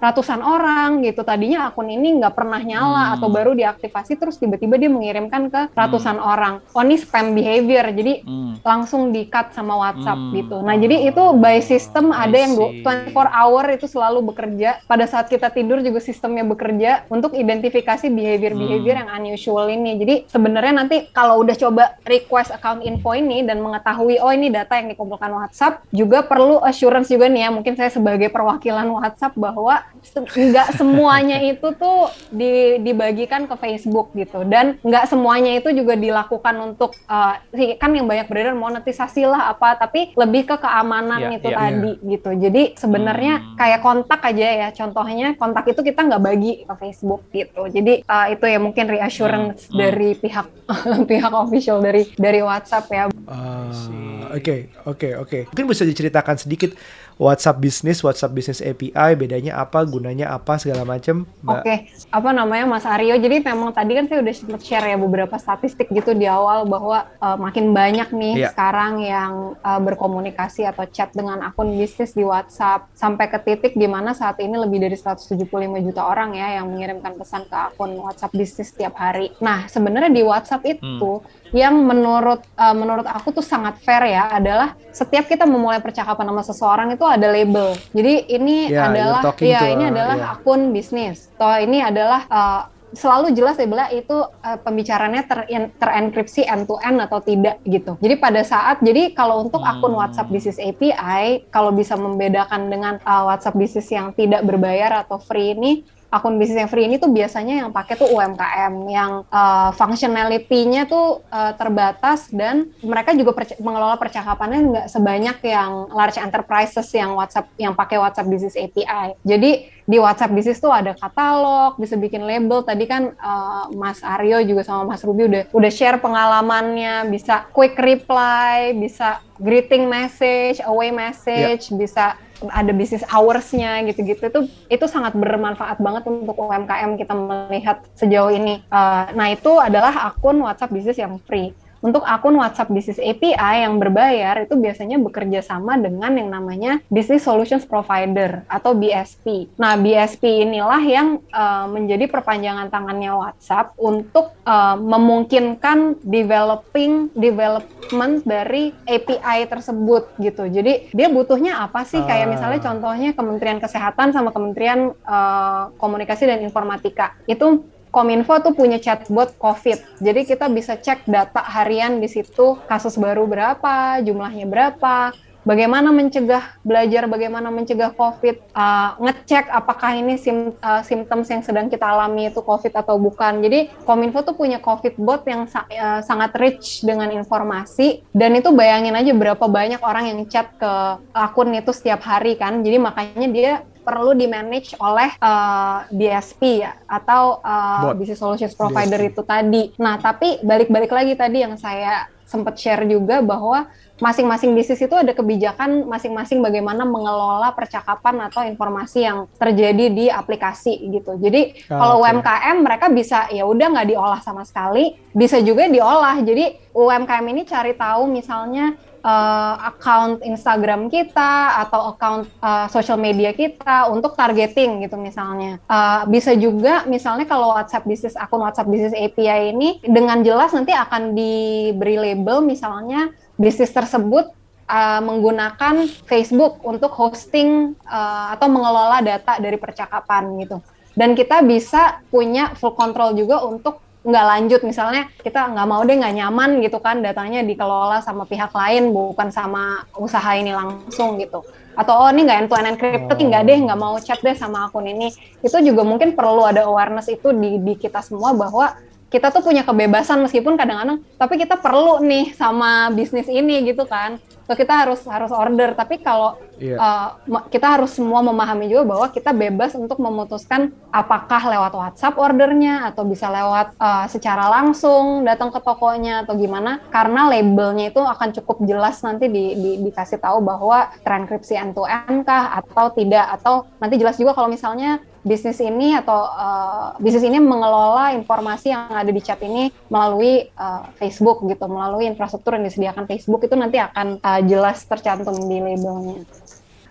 ratusan orang gitu. Tadinya akun ini nggak pernah nyala Hmm. atau baru diaktifasi terus tiba-tiba dia mengirimkan ke ratusan orang. Oh ini spam behavior, jadi Hmm. langsung di-cut sama WhatsApp Hmm. gitu. Nah jadi itu by system I ada yang see. dua puluh empat hour itu selalu bekerja. Pada saat kita tidur juga sistemnya bekerja untuk identifikasi behavior-behavior Hmm. yang unusual ini. Jadi sebenarnya nanti kalau udah coba request account info ini dan mengetahui oh ini data yang dikumpulkan WhatsApp, juga perlu assurance juga nih ya, mungkin saya sebagai perwakilan WhatsApp bahwa se- nggak semuanya itu tuh di- dibagikan ke Facebook gitu, dan nggak semuanya itu juga dilakukan untuk uh, sih kan yang banyak beredar monetisasi lah apa, tapi lebih ke keamanan Iya, itu iya. tadi gitu. Jadi sebenarnya Hmm. kayak kontak aja ya, contohnya kontak itu kita nggak bagi ke Facebook gitu. Jadi uh, itu ya mungkin reassurance Hmm, hmm. dari pihak pihak official dari dari WhatsApp ya. Ah, Oke, oke, oke. Mungkin bisa diceritakan sedikit WhatsApp Business, WhatsApp Business A P I, bedanya apa, gunanya apa, segala macam, Mbak. Oke, apa namanya Mas Aryo? Jadi memang tadi kan saya udah sempat share ya beberapa statistik gitu di awal bahwa uh, makin banyak nih Iya. sekarang yang uh, berkomunikasi atau chat dengan akun bisnis di WhatsApp, sampai ke titik di mana saat ini lebih dari seratus tujuh puluh lima juta orang ya yang mengirimkan pesan ke akun WhatsApp bisnis setiap hari. Nah, sebenarnya di WhatsApp itu yang menurut uh, menurut aku tuh sangat fair ya adalah setiap kita memulai percakapan sama seseorang itu ada label. Jadi ini Yeah, adalah you're talking ya to ini a- adalah yeah. akun bisnis. Toh ini adalah uh, selalu jelas labelnya itu uh, pembicaraannya ter terenkripsi end to end atau tidak gitu. Jadi pada saat jadi kalau untuk akun WhatsApp Business A P I kalau bisa membedakan dengan uh, WhatsApp Business yang tidak berbayar atau free ini, akun bisnis yang free ini tuh biasanya yang pakai tuh U M K M yang uh, functionality-nya tuh uh, terbatas dan mereka juga perc- mengelola percakapannya nggak sebanyak yang large enterprises yang WhatsApp yang pakai WhatsApp Business A P I. Jadi di WhatsApp Business tuh ada katalog, bisa bikin label. Tadi kan uh, Mas Aryo juga sama Mas Ruby udah udah share pengalamannya, bisa quick reply, bisa greeting message, away message, bisa ada business hours-nya gitu-gitu. Itu itu sangat bermanfaat banget untuk U M K M kita melihat sejauh ini. Uh, nah itu adalah akun WhatsApp Business yang free. Untuk akun WhatsApp Business A P I yang berbayar itu biasanya bekerja sama dengan yang namanya Business Solutions Provider atau B S P. Nah, B S P inilah yang uh, menjadi perpanjangan tangannya WhatsApp untuk uh, memungkinkan developing development dari A P I tersebut gitu. Jadi dia butuhnya apa sih? Kayak misalnya contohnya Kementerian Kesehatan sama Kementerian uh, Komunikasi dan Informatika. Itu Kominfo tuh punya chatbot COVID. Jadi kita bisa cek data harian di situ, kasus baru berapa, jumlahnya berapa, bagaimana mencegah, belajar bagaimana mencegah COVID, uh, ngecek apakah ini sim, uh, symptoms yang sedang kita alami itu COVID atau bukan. Jadi Kominfo tuh punya COVID bot yang sa- uh, sangat rich dengan informasi, dan itu bayangin aja berapa banyak orang yang chat ke akun itu setiap hari kan. Jadi makanya dia perlu di-manage oleh uh, B S P ya, atau uh, Bot. Business Solutions Provider B S P. itu tadi. Nah, tapi balik-balik lagi tadi yang saya sempat share juga bahwa masing-masing bisnis itu ada kebijakan masing-masing bagaimana mengelola percakapan atau informasi yang terjadi di aplikasi gitu. Jadi Ah, kalau oke. U M K M mereka bisa ya udah nggak diolah sama sekali, bisa juga diolah. Jadi U M K M ini cari tahu misalnya uh, account Instagram kita atau account uh, social media kita untuk targeting gitu misalnya. Uh, bisa juga misalnya kalau WhatsApp Business, akun WhatsApp Business A P I ini dengan jelas nanti akan diberi label misalnya bisnis tersebut uh, menggunakan Facebook untuk hosting uh, atau mengelola data dari percakapan gitu. Dan kita bisa punya full control juga untuk nggak lanjut, misalnya kita nggak mau deh, nggak nyaman gitu kan datanya dikelola sama pihak lain bukan sama usaha ini langsung gitu, atau oh ini nggak end to end encrypted, Oh. nggak deh, nggak mau chat deh sama akun ini. Itu juga mungkin perlu ada awareness itu di, di kita semua bahwa kita tuh punya kebebasan meskipun kadang-kadang, tapi kita perlu nih sama bisnis ini gitu kan. So kita harus harus order, tapi kalau Iya. uh, ma- kita harus semua memahami juga bahwa kita bebas untuk memutuskan apakah lewat WhatsApp ordernya atau bisa lewat uh, secara langsung datang ke tokonya atau gimana, karena labelnya itu akan cukup jelas nanti di, di, dikasih tahu bahwa terenkripsi end to end kah atau tidak, atau nanti jelas juga kalau misalnya bisnis ini atau uh, bisnis ini mengelola informasi yang ada di chat ini melalui uh, Facebook gitu, melalui infrastruktur yang disediakan Facebook, itu nanti akan uh, jelas tercantum di labelnya.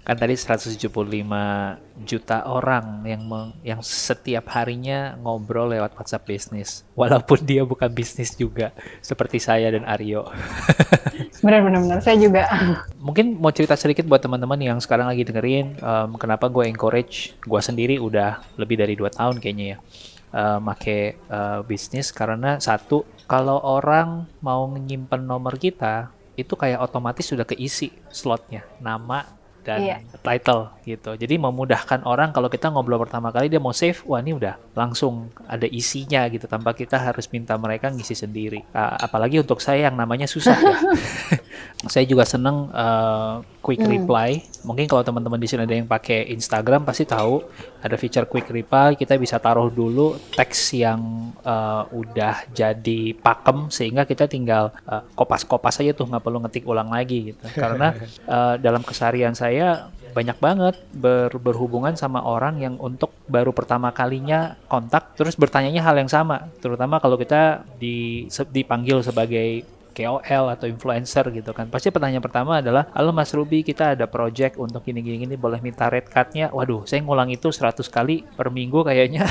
Kan tadi seratus tujuh puluh lima juta orang yang meng, yang setiap harinya ngobrol lewat WhatsApp bisnis. Walaupun dia bukan bisnis juga, seperti saya dan Aryo. Benar-benar, saya juga. Mungkin mau cerita sedikit buat teman-teman yang sekarang lagi dengerin, um, kenapa gue encourage, gue sendiri udah lebih dari dua tahun kayaknya ya, uh, make uh, bisnis, karena satu, kalau orang mau nyimpen nomor kita, itu kayak otomatis sudah keisi slotnya, nama, dan iya. title gitu. Jadi memudahkan orang kalau kita ngobrol pertama kali dia mau save, wah ini udah langsung ada isinya gitu tanpa kita harus minta mereka ngisi sendiri. Uh, apalagi untuk saya yang namanya susah ya. Saya juga seneng uh, quick reply. Hmm. Mungkin kalau teman-teman di sini ada yang pakai Instagram pasti tahu ada feature quick reply. Kita bisa taruh dulu teks yang uh, udah jadi pakem sehingga kita tinggal uh, kopas-kopas aja tuh, nggak perlu ngetik ulang lagi gitu. Karena uh, dalam keseharian saya banyak banget ber, berhubungan sama orang yang untuk baru pertama kalinya kontak terus bertanyanya hal yang sama, terutama kalau kita di, dipanggil sebagai K O L atau influencer gitu kan. Pasti pertanyaan pertama adalah, halo Mas Ruby, kita ada project untuk gini-gini, boleh minta rate card-nya? Waduh, saya ngulang itu seratus kali per minggu kayaknya.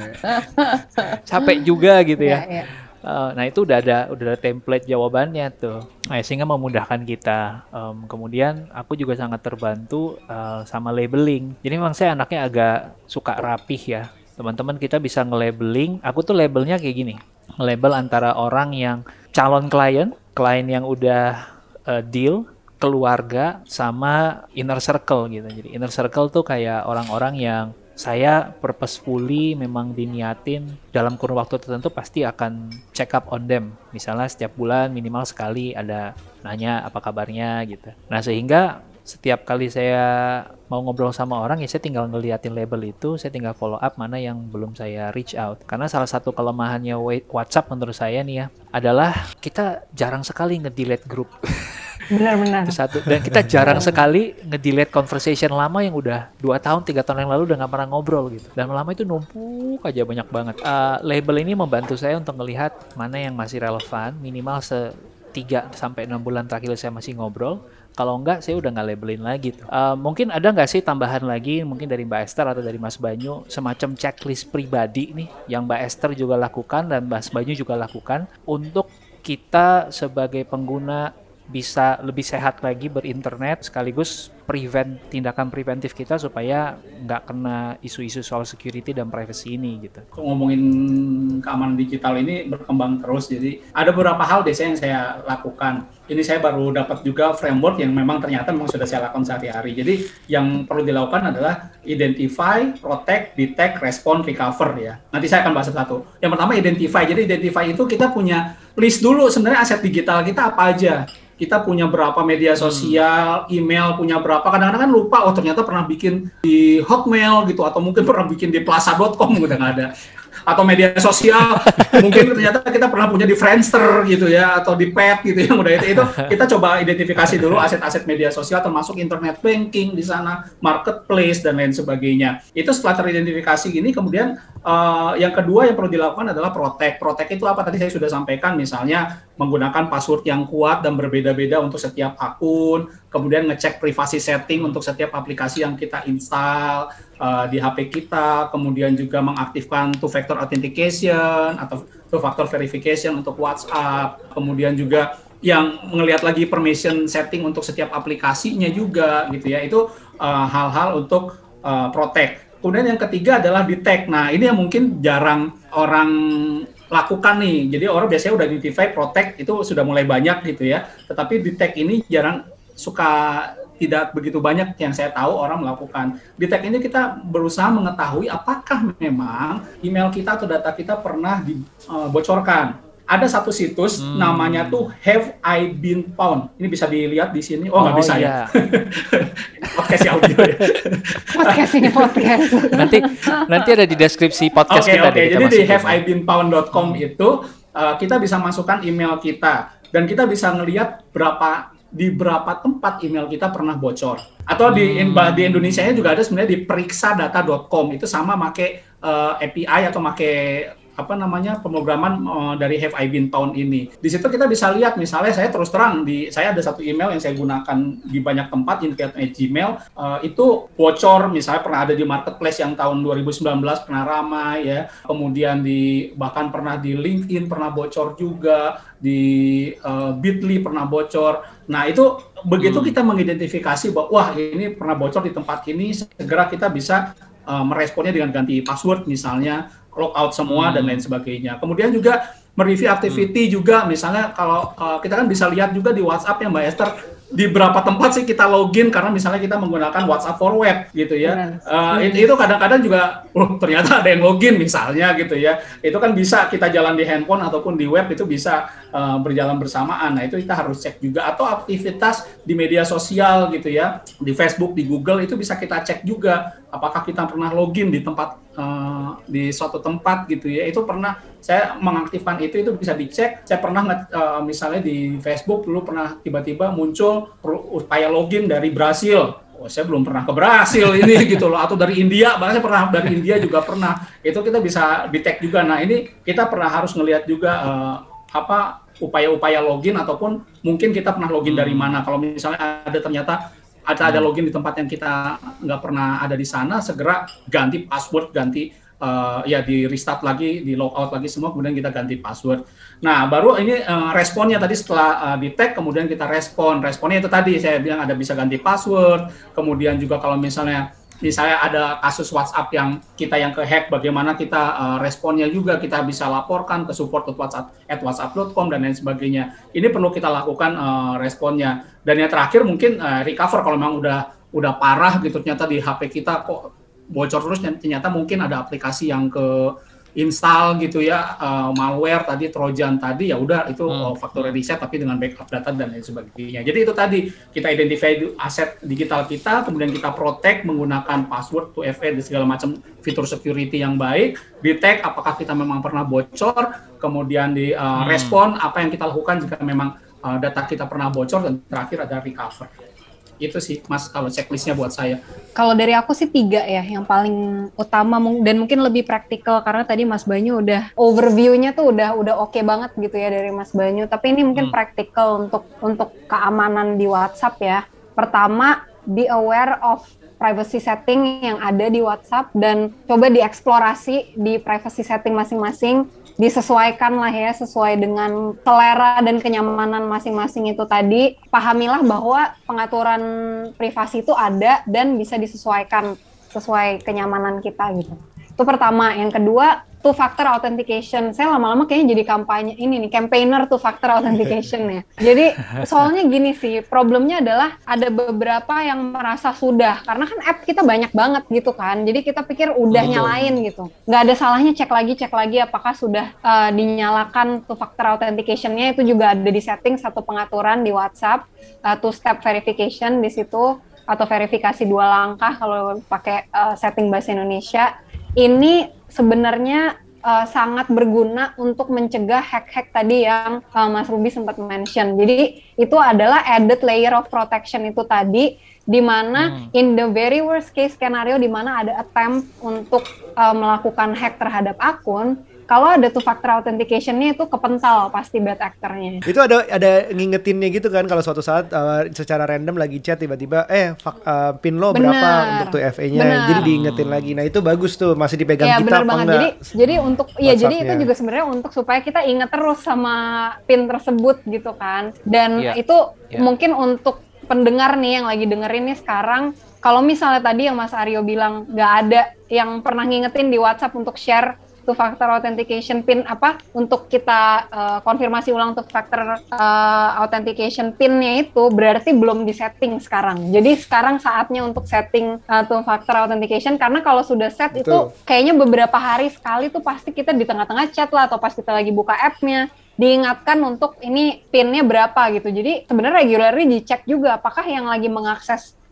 Capek juga gitu ya. Yeah, yeah. Uh, nah itu udah ada udah ada template jawabannya tuh. Nah, sehingga memudahkan kita. Um, kemudian aku juga sangat terbantu uh, sama labeling. Jadi memang saya anaknya agak suka rapih ya. Teman-teman kita bisa nge-labeling. Aku tuh labelnya kayak gini. Label antara orang yang calon klien, klien yang udah uh, deal, keluarga, sama inner circle gitu. Jadi inner circle tuh kayak orang-orang yang saya purposefully memang diniatin dalam kurun waktu tertentu pasti akan check up on them. Misalnya setiap bulan minimal sekali ada nanya apa kabarnya gitu. Nah sehingga setiap kali saya mau ngobrol sama orang ya saya tinggal ngeliatin label itu, saya tinggal follow up mana yang belum saya reach out. Karena salah satu kelemahannya WhatsApp menurut saya nih ya adalah kita jarang sekali nge-delete grup. Benar-benar. Itu satu. Dan kita jarang sekali nge-delete conversation lama yang udah dua tahun, tiga tahun yang lalu udah gak pernah ngobrol gitu. Dan lama itu numpuk aja banyak banget. Uh, label ini membantu saya untuk melihat mana yang masih relevan, minimal se tiga sampai enam bulan terakhir saya masih ngobrol. Kalau enggak, saya udah nggak labelin lagi tuh. Uh, mungkin ada nggak sih tambahan lagi, mungkin dari Mbak Esther atau dari Mas Banyu, semacam checklist pribadi nih, yang Mbak Esther juga lakukan dan Mas Banyu juga lakukan, untuk kita sebagai pengguna bisa lebih sehat lagi berinternet, sekaligus prevent tindakan preventif kita supaya nggak kena isu-isu soal security dan privacy ini gitu. Ngomongin keamanan digital ini berkembang terus, jadi ada beberapa hal biasanya yang saya lakukan. Ini saya baru dapat juga framework yang memang ternyata memang sudah saya lakukan sehari-hari. Jadi yang perlu dilakukan adalah identify, protect, detect, respond, recover ya. Nanti saya akan bahas satu. Yang pertama identify. Jadi identify itu kita punya list dulu sebenarnya aset digital kita apa aja. Kita punya berapa media sosial, hmm. email punya berapa. Kadang-kadang kan lupa, oh ternyata pernah bikin di Hotmail gitu, atau mungkin pernah bikin di plaza dot com udah nggak ada. Atau media sosial, mungkin ternyata kita pernah punya di Friendster gitu ya, atau di Pet gitu yang udah itu. Itu kita coba identifikasi dulu aset-aset media sosial, termasuk internet banking di sana, marketplace dan lain sebagainya. Itu setelah teridentifikasi gini, kemudian uh, yang kedua yang perlu dilakukan adalah protect. Protect itu apa? Tadi saya sudah sampaikan, misalnya menggunakan password yang kuat dan berbeda-beda untuk setiap akun, kemudian ngecek privasi setting untuk setiap aplikasi yang kita install uh, di H P kita, kemudian juga mengaktifkan two-factor authentication atau two-factor verification untuk WhatsApp, kemudian juga yang melihat lagi permission setting untuk setiap aplikasinya juga gitu ya. Itu uh, hal-hal untuk uh, protect. Kemudian yang ketiga adalah detect. Nah, ini yang mungkin jarang orang lakukan nih. Jadi orang biasanya udah identify, protect itu sudah mulai banyak gitu ya. Tetapi detect ini jarang, suka tidak begitu banyak yang saya tahu orang melakukan. Detect ini kita berusaha mengetahui apakah memang email kita atau data kita pernah dibocorkan. Ada satu situs hmm. namanya tuh Have I Been Found. Ini bisa dilihat di sini. Oh nggak oh, bisa iya. ya. Podcast audio ya. Podcast ini podcast. nanti nanti ada di deskripsi podcast okay, kita. Oke okay. Jadi di have I been found dot com itu uh, kita bisa masukkan email kita dan kita bisa ngelihat berapa di berapa tempat email kita pernah bocor. Atau di hmm. di Indonesianya juga ada sebenarnya di periksa data dot com, itu sama make uh, A P I atau make apa namanya pemrograman uh, dari Have I Been Found ini. Di situ kita bisa lihat misalnya saya terus terang di saya ada satu email yang saya gunakan di banyak tempat info at gmail uh, itu bocor, misalnya pernah ada di marketplace yang tahun dua ribu sembilan belas pernah ramai ya. Kemudian di bahkan pernah di LinkedIn pernah bocor juga, di uh, Bitly pernah bocor. Nah, itu begitu hmm. kita mengidentifikasi bahwa wah ini pernah bocor di tempat ini, segera kita bisa uh, meresponnya dengan ganti password misalnya, logout semua hmm. dan lain sebagainya. Kemudian juga mereview activity hmm. juga, misalnya kalau uh, kita kan bisa lihat juga di WhatsApp ya Mbak Esther, di berapa tempat sih kita login karena misalnya kita menggunakan WhatsApp for web gitu ya. Uh, itu, itu kadang-kadang juga oh, ternyata ada yang login misalnya gitu ya. Itu kan bisa kita jalan di handphone ataupun di web itu bisa uh, berjalan bersamaan. Nah, itu kita harus cek juga, atau aktivitas di media sosial gitu ya. Di Facebook, di Google itu bisa kita cek juga apakah kita pernah login di tempat uh, di suatu tempat gitu ya. Itu pernah saya mengaktifkan itu, itu bisa dicek. Saya pernah uh, misalnya di Facebook dulu pernah tiba-tiba muncul upaya login dari Brasil. Oh, saya belum pernah ke Brasil ini gitu loh, atau dari India, bahkan saya pernah dari India juga pernah. Itu kita bisa detect juga. Nah, ini kita pernah harus ngelihat juga uh, apa upaya-upaya login, ataupun mungkin kita pernah login dari mana. Kalau misalnya ada ternyata ada ada login di tempat yang kita nggak pernah ada di sana, segera ganti password, ganti Uh, ya di restart lagi, di logout lagi semua, kemudian kita ganti password. Nah, baru ini uh, responnya tadi setelah uh, di tag, kemudian kita respon. Responnya itu tadi saya bilang ada bisa ganti password, kemudian juga kalau misalnya misalnya ada kasus WhatsApp yang kita yang kehack, bagaimana kita uh, responnya juga kita bisa laporkan ke support whatsapp at whatsapp dot com dan lain sebagainya. Ini perlu kita lakukan uh, responnya. Dan yang terakhir mungkin uh, recover kalau memang udah udah parah gitu, ternyata di H P kita kok bocor terus, ternyata mungkin ada aplikasi yang ke install gitu ya, uh, malware tadi, trojan tadi, ya udah itu hmm. factory reset tapi dengan backup data dan lain sebagainya. Jadi itu tadi kita identify aset digital kita, kemudian kita protect menggunakan password, two F A dan segala macam fitur security yang baik, detect apakah kita memang pernah bocor, kemudian di uh, hmm. respon apa yang kita lakukan jika memang uh, data kita pernah bocor, dan terakhir ada recover. Itu sih Mas kalau checklistnya buat saya. Kalau dari aku sih tiga ya, yang paling utama dan mungkin lebih praktikal, karena tadi Mas Banyu udah overview-nya tuh udah udah oke okay banget gitu ya dari Mas Banyu. Tapi ini mungkin hmm. praktikal untuk untuk keamanan di WhatsApp ya. Pertama, be aware of privacy setting yang ada di WhatsApp dan coba dieksplorasi di privacy setting masing-masing. Disesuaikan lah ya, sesuai dengan selera dan kenyamanan masing-masing itu tadi. Pahamilah bahwa pengaturan privasi itu ada dan bisa disesuaikan sesuai kenyamanan kita gitu. Itu pertama. Yang kedua, two factor authentication. Saya lama-lama kayaknya jadi kampanye ini nih, campaigner two factor authentication ya. Jadi soalnya gini sih, problemnya adalah ada beberapa yang merasa sudah, karena kan app kita banyak banget gitu kan. Jadi kita pikir udah Betul. nyalain gitu. Nggak ada salahnya cek lagi, cek lagi apakah sudah uh, dinyalakan two factor authentication-nya. Itu juga ada di setting satu pengaturan di WhatsApp, uh, two step verification di situ, atau verifikasi dua langkah kalau pakai uh, setting bahasa Indonesia. Ini sebenarnya uh, sangat berguna untuk mencegah hack-hack tadi yang uh, Mas Ruby sempat mention. Jadi itu adalah added layer of protection itu tadi, di mana hmm. in the very worst case scenario di mana ada attempt untuk uh, melakukan hack terhadap akun, kalau ada two factor authentication-nya itu kepental pasti bad actor-nya. Itu ada ada ngingetinnya gitu kan, kalau suatu saat uh, secara random lagi chat tiba-tiba eh fak, uh, pin lo bener. berapa untuk two F A-nya, bener. Jadi diingetin lagi. Nah itu bagus tuh, masih dipegang ya, kita apa enggak? Jadi jadi untuk ya jadi itu juga sebenarnya untuk supaya kita ingat terus sama pin tersebut gitu kan. Dan yeah. itu yeah. mungkin untuk pendengar nih yang lagi dengerin nih sekarang, kalau misalnya tadi yang Mas Aryo bilang nggak ada yang pernah ngingetin di WhatsApp untuk share two factor authentication pin apa untuk kita uh, konfirmasi ulang two factor uh, authentication pin-nya, itu berarti belum disetting sekarang. Jadi sekarang saatnya untuk setting uh, two factor authentication, karena kalau sudah set Betul. itu kayaknya beberapa hari sekali tuh pasti kita di tengah-tengah chat lah, atau pas kita lagi buka app-nya diingatkan untuk ini pin-nya berapa gitu. Jadi sebenarnya regularly dicek juga apakah yang lagi mengakses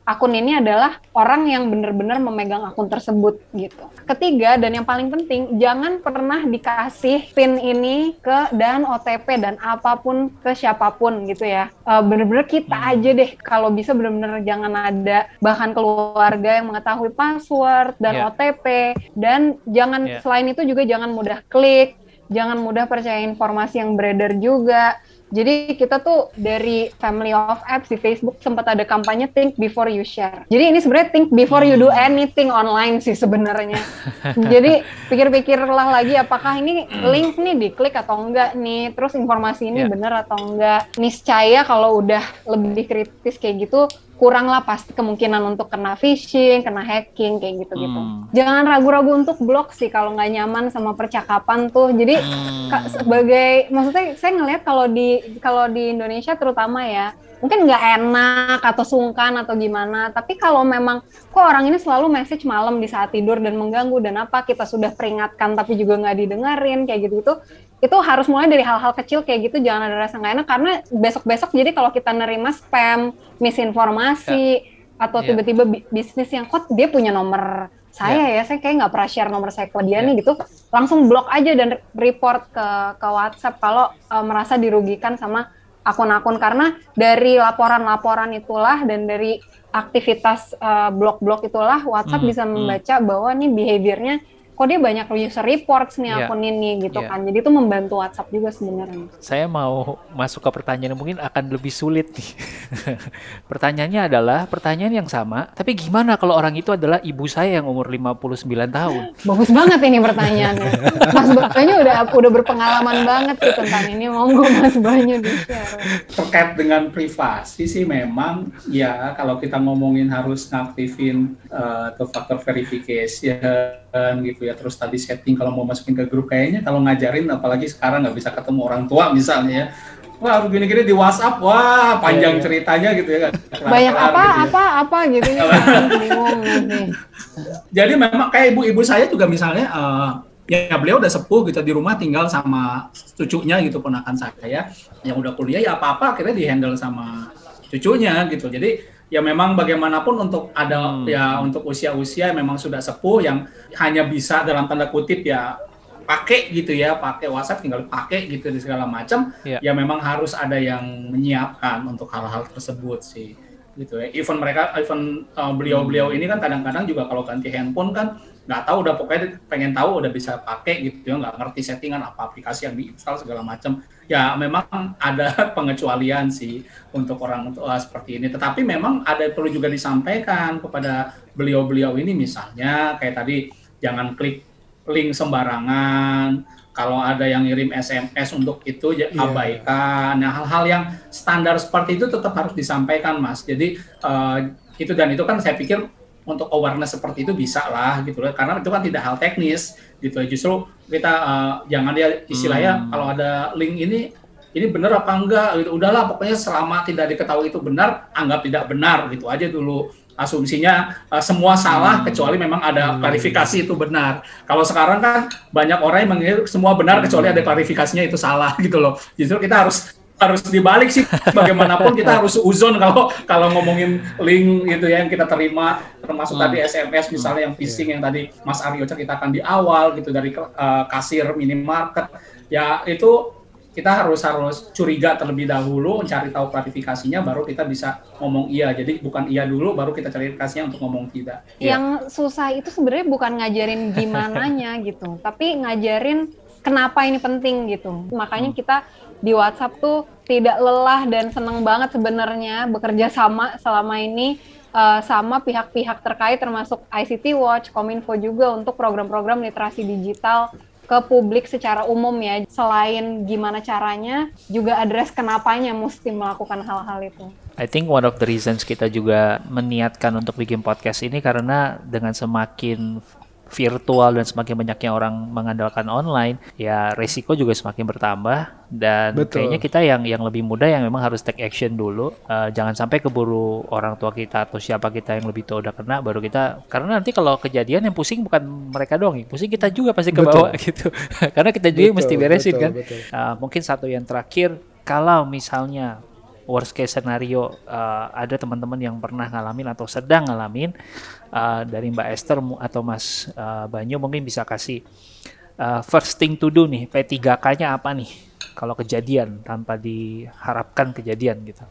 akun ini adalah orang yang benar-benar memegang akun tersebut gitu. Ketiga dan yang paling penting, jangan pernah dikasih PIN ini ke dan O T P dan apapun ke siapapun gitu ya. Uh, benar-benar kita aja deh, kalau bisa benar-benar jangan ada bahkan keluarga yang mengetahui password dan yeah. O T P, dan jangan yeah. selain itu juga jangan mudah klik, jangan mudah percaya informasi yang beredar juga. Jadi kita tuh dari Family of Apps di Facebook sempat ada kampanye Think Before You Share. Jadi ini sebenarnya think before you do anything online sih sebenarnya. Jadi pikir-pikirlah lagi apakah ini link nih diklik atau enggak nih, terus informasi ini yeah. benar atau enggak. Niscaya kalau udah lebih kritis kayak gitu, kuranglah pasti kemungkinan untuk kena phishing, kena hacking, kayak gitu-gitu. Hmm. Jangan ragu-ragu untuk blok sih kalau nggak nyaman sama percakapan tuh. Jadi hmm. sebagai, maksudnya saya ngelihat kalau di kalau di Indonesia terutama ya, mungkin nggak enak atau sungkan atau gimana. Tapi kalau memang kok orang ini selalu message malam di saat tidur dan mengganggu dan apa, kita sudah peringatkan tapi juga nggak didengerin kayak gitu-gitu. Itu harus mulai dari hal-hal kecil kayak gitu, jangan ada rasa nggak enak, karena besok-besok jadi kalau kita nerima spam, misinformasi, yeah. atau yeah. tiba-tiba bisnis yang kok dia punya nomor saya yeah. ya, saya kayak nggak pernah share nomor saya ke dia yeah. nih gitu, langsung blok aja dan report ke ke WhatsApp kalau uh, merasa dirugikan sama akun-akun, karena dari laporan-laporan itulah dan dari aktivitas uh, blok-blok itulah WhatsApp hmm. bisa membaca hmm. bahwa nih behaviornya kok dia banyak user reports nih yeah. akun ini gitu yeah. kan. Jadi itu membantu WhatsApp juga sebenarnya. Saya mau masuk ke pertanyaan yang mungkin akan lebih sulit nih. Pertanyaannya adalah pertanyaan yang sama, tapi gimana kalau orang itu adalah ibu saya yang umur lima puluh sembilan tahun? Bagus banget ini pertanyaannya. Mas Banyu udah udah berpengalaman banget sih tentang ini. Monggo Mas Banyu di-share. Terkait dengan privasi sih memang ya, kalau kita ngomongin harus ngaktifin uh, two-factor verification gitu ya, terus tadi setting kalau mau masukin ke grup, kayaknya kalau ngajarin apalagi sekarang nggak bisa ketemu orang tua misalnya ya, wah harus gini-gini di WhatsApp, wah panjang yeah, yeah. ceritanya gitu ya kan, banyak apa gitu ya. apa apa gitu ya kan, bingung nih. Jadi memang kayak ibu-ibu saya juga misalnya uh, ya beliau udah sepuh gitu, di rumah tinggal sama cucunya gitu, ponakan saya yang udah kuliah, ya apa-apa akhirnya di-handle sama cucunya gitu. Jadi ya memang bagaimanapun untuk ada hmm. ya untuk usia-usia memang sudah sepuh yang hanya bisa dalam tanda kutip ya pakai gitu ya, pakai WhatsApp tinggal pakai gitu di segala macam, yeah. ya memang harus ada yang menyiapkan untuk hal-hal tersebut sih gitu ya. Even mereka, even uh, beliau-beliau ini kan kadang-kadang juga kalau ganti handphone kan nggak tahu, udah pokoknya pengen tahu udah bisa pakai gitu ya, nggak ngerti settingan apa aplikasi yang diinstal segala macam. Ya memang ada pengecualian sih untuk orang tua seperti ini. Tetapi memang ada perlu juga disampaikan kepada beliau-beliau ini, misalnya kayak tadi jangan klik link sembarangan. Kalau ada yang ngirim S M S untuk itu ya abaikan. Nah, hal-hal yang standar seperti itu tetap harus disampaikan, Mas. Jadi uh, itu dan itu kan saya pikir untuk awareness seperti itu bisa lah gitu loh, karena itu kan tidak hal teknis gitu. Justru kita uh, jangan dia istilahnya hmm. kalau ada link ini ini benar apa enggak gitu, udahlah pokoknya selama tidak diketahui itu benar, anggap tidak benar gitu aja dulu. Asumsinya uh, semua salah hmm. kecuali memang ada hmm. klarifikasi itu benar. Kalau sekarang kan banyak orang yang mengira semua benar hmm. kecuali ada klarifikasinya itu salah gitu loh. Justru kita harus harus dibalik sih, bagaimanapun kita harus uzon kalau kalau ngomongin link gitu ya yang kita terima, termasuk hmm. tadi S M S misalnya yang phishing yeah. yang tadi Mas Aryo ceritakan di awal gitu dari uh, kasir minimarket, ya itu kita harus harus curiga terlebih dahulu, mencari tahu klarifikasinya, baru kita bisa ngomong iya. Jadi bukan iya dulu baru kita cari klarifikasinya untuk ngomong tidak. Yang ya. Susah itu sebenarnya bukan ngajarin gimananya gitu, tapi ngajarin kenapa ini penting gitu. Makanya kita di WhatsApp tuh tidak lelah dan seneng banget sebenarnya bekerja sama selama ini uh, sama pihak-pihak terkait termasuk I C T Watch, Kominfo juga untuk program-program literasi digital ke publik secara umum ya. Selain gimana caranya, juga address kenapanya mesti melakukan hal-hal itu. I think one of the reasons kita juga meniatkan untuk bikin podcast ini karena dengan semakin virtual dan semakin banyaknya orang mengandalkan online, ya resiko juga semakin bertambah. Dan betul. Kayaknya kita yang yang lebih muda yang memang harus take action dulu, uh, jangan sampai keburu orang tua kita atau siapa kita yang lebih tua udah kena baru kita, karena nanti kalau kejadian yang pusing bukan mereka doang, pusing kita juga pasti ke bawah gitu. Karena kita juga betul, mesti beresin betul, kan betul. Uh, mungkin satu yang terakhir, kalau misalnya worst case scenario uh, ada teman-teman yang pernah ngalamin atau sedang ngalamin, uh, dari Mbak Esther atau Mas uh, Banyu mungkin bisa kasih uh, first thing to do nih, P tiga K-nya apa nih kalau kejadian tanpa diharapkan kejadian gitu.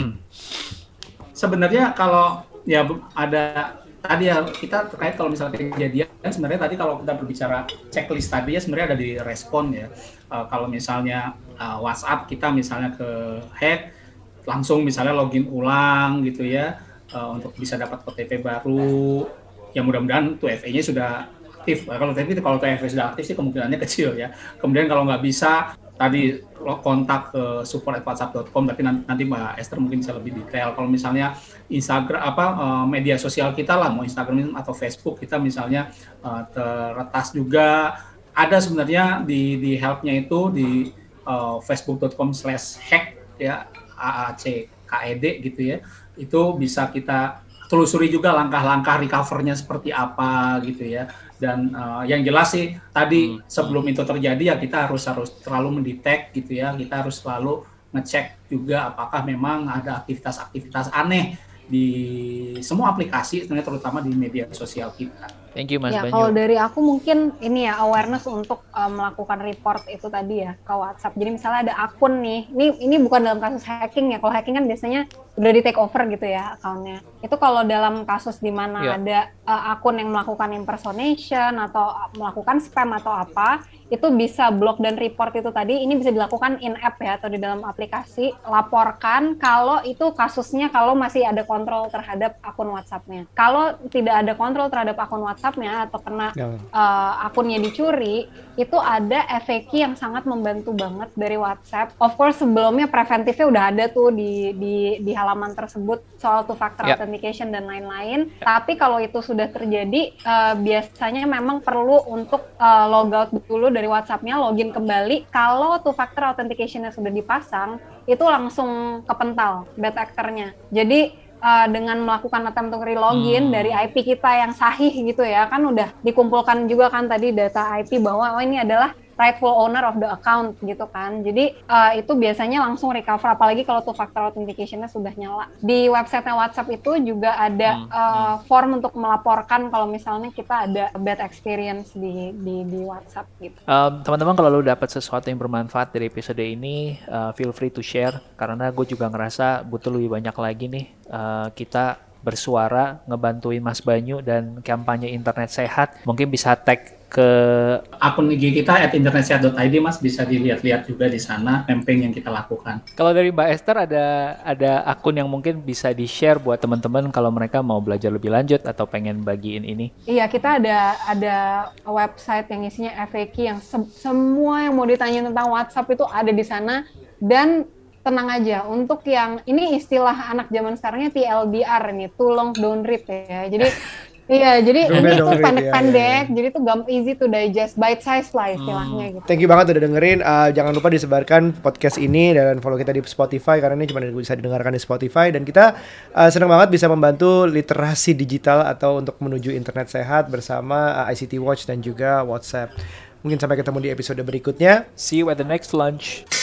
Sebenarnya kalau ya ada tadi ya kita terkait kalau misalnya kejadian, sebenarnya tadi kalau kita berbicara checklist tadi ya sebenarnya ada di respon ya. Uh, kalau misalnya uh, WhatsApp kita misalnya ke hack, langsung misalnya login ulang gitu ya, uh, untuk bisa dapat O T P baru. Ya mudah-mudahan tuh F A-nya sudah aktif. Nah, kalau tapi kalau T F A sudah aktif sih kemungkinannya kecil ya. Kemudian kalau nggak bisa tadi kontak ke support at whatsapp dot com, tapi nanti, nanti Mbak Esther mungkin bisa lebih detail. Kalau misalnya Instagram apa uh, media sosial kita lah, mau Instagram atau Facebook kita misalnya uh, terretas juga, ada sebenarnya di di help-nya itu di uh, facebook dot com slash hack ya, A A C K E D gitu ya. Itu bisa kita telusuri juga langkah-langkah recover-nya seperti apa gitu ya. Dan uh, yang jelas sih tadi hmm. sebelum itu terjadi ya kita harus harus terlalu mendetek gitu ya. Kita harus selalu ngecek juga apakah memang ada aktivitas-aktivitas aneh di semua aplikasi, terutama di media sosial kita. Thank you Mas ya, Banyu. Kalau dari aku mungkin ini ya awareness untuk uh, melakukan report itu tadi ya ke WhatsApp. Jadi misalnya ada akun nih, ini ini bukan dalam kasus hacking ya. Kalau hacking kan biasanya udah di take over gitu ya akunnya. Itu kalau dalam kasus di mana yeah. ada uh, akun yang melakukan impersonation atau melakukan spam atau apa, itu bisa block dan report itu tadi. Ini bisa dilakukan in app ya atau di dalam aplikasi. Laporkan kalau itu kasusnya kalau masih ada kontrol terhadap akun WhatsApp-nya. Kalau tidak ada kontrol terhadap akun WhatsApp-nya atau kena uh, akunnya dicuri, itu ada F A Q yang sangat membantu banget dari WhatsApp. Of course sebelumnya preventifnya udah ada tuh di di di halaman tersebut soal two factor yeah. authentication dan lain-lain. Yeah. Tapi kalau itu sudah terjadi, uh, biasanya memang perlu untuk uh, logout dulu dari WhatsApp-nya, login kembali. Kalau two factor authentication-nya sudah dipasang, itu langsung kepental bad actor-nya. Jadi Uh, dengan melakukan attempt untuk relogin hmm. dari I P kita yang sahih gitu ya, kan udah dikumpulkan juga kan tadi data I P bahwa oh ini adalah rightful owner of the account gitu kan. Jadi uh, itu biasanya langsung recover, apalagi kalau two factor authentication-nya sudah nyala. Di website-nya WhatsApp itu juga ada hmm. uh, form untuk melaporkan kalau misalnya kita ada bad experience di di, di WhatsApp gitu. Um, teman-teman kalau lu dapat sesuatu yang bermanfaat dari episode ini, uh, feel free to share, karena gue juga ngerasa butuh lebih banyak lagi nih uh, kita bersuara ngebantuin Mas Banyu dan kampanye internet sehat. Mungkin bisa tag ke akun I G kita at internetsehat dot I D Mas, bisa dilihat-lihat juga di sana campaign yang kita lakukan. Kalau dari Mbak Esther ada ada akun yang mungkin bisa di-share buat teman-teman kalau mereka mau belajar lebih lanjut atau pengen bagiin ini? Iya, kita ada ada website yang isinya F A Q yang se- semua yang mau ditanya tentang WhatsApp itu ada di sana. Dan tenang aja, untuk yang ini istilah anak zaman sekarangnya T L D R nih, too long don't read ya. Jadi iya, jadi ini tuh pendek-pendek, ya, ya. Jadi tuh gampang, easy to digest, bite size lah istilahnya hmm. gitu. Thank you banget udah dengerin. Uh, jangan lupa disebarkan podcast ini dan follow kita di Spotify karena ini cuma bisa didengarkan di Spotify, dan kita uh, senang banget bisa membantu literasi digital atau untuk menuju internet sehat bersama uh, I C T Watch dan juga WhatsApp. Mungkin sampai ketemu di episode berikutnya. See you at the next lunch.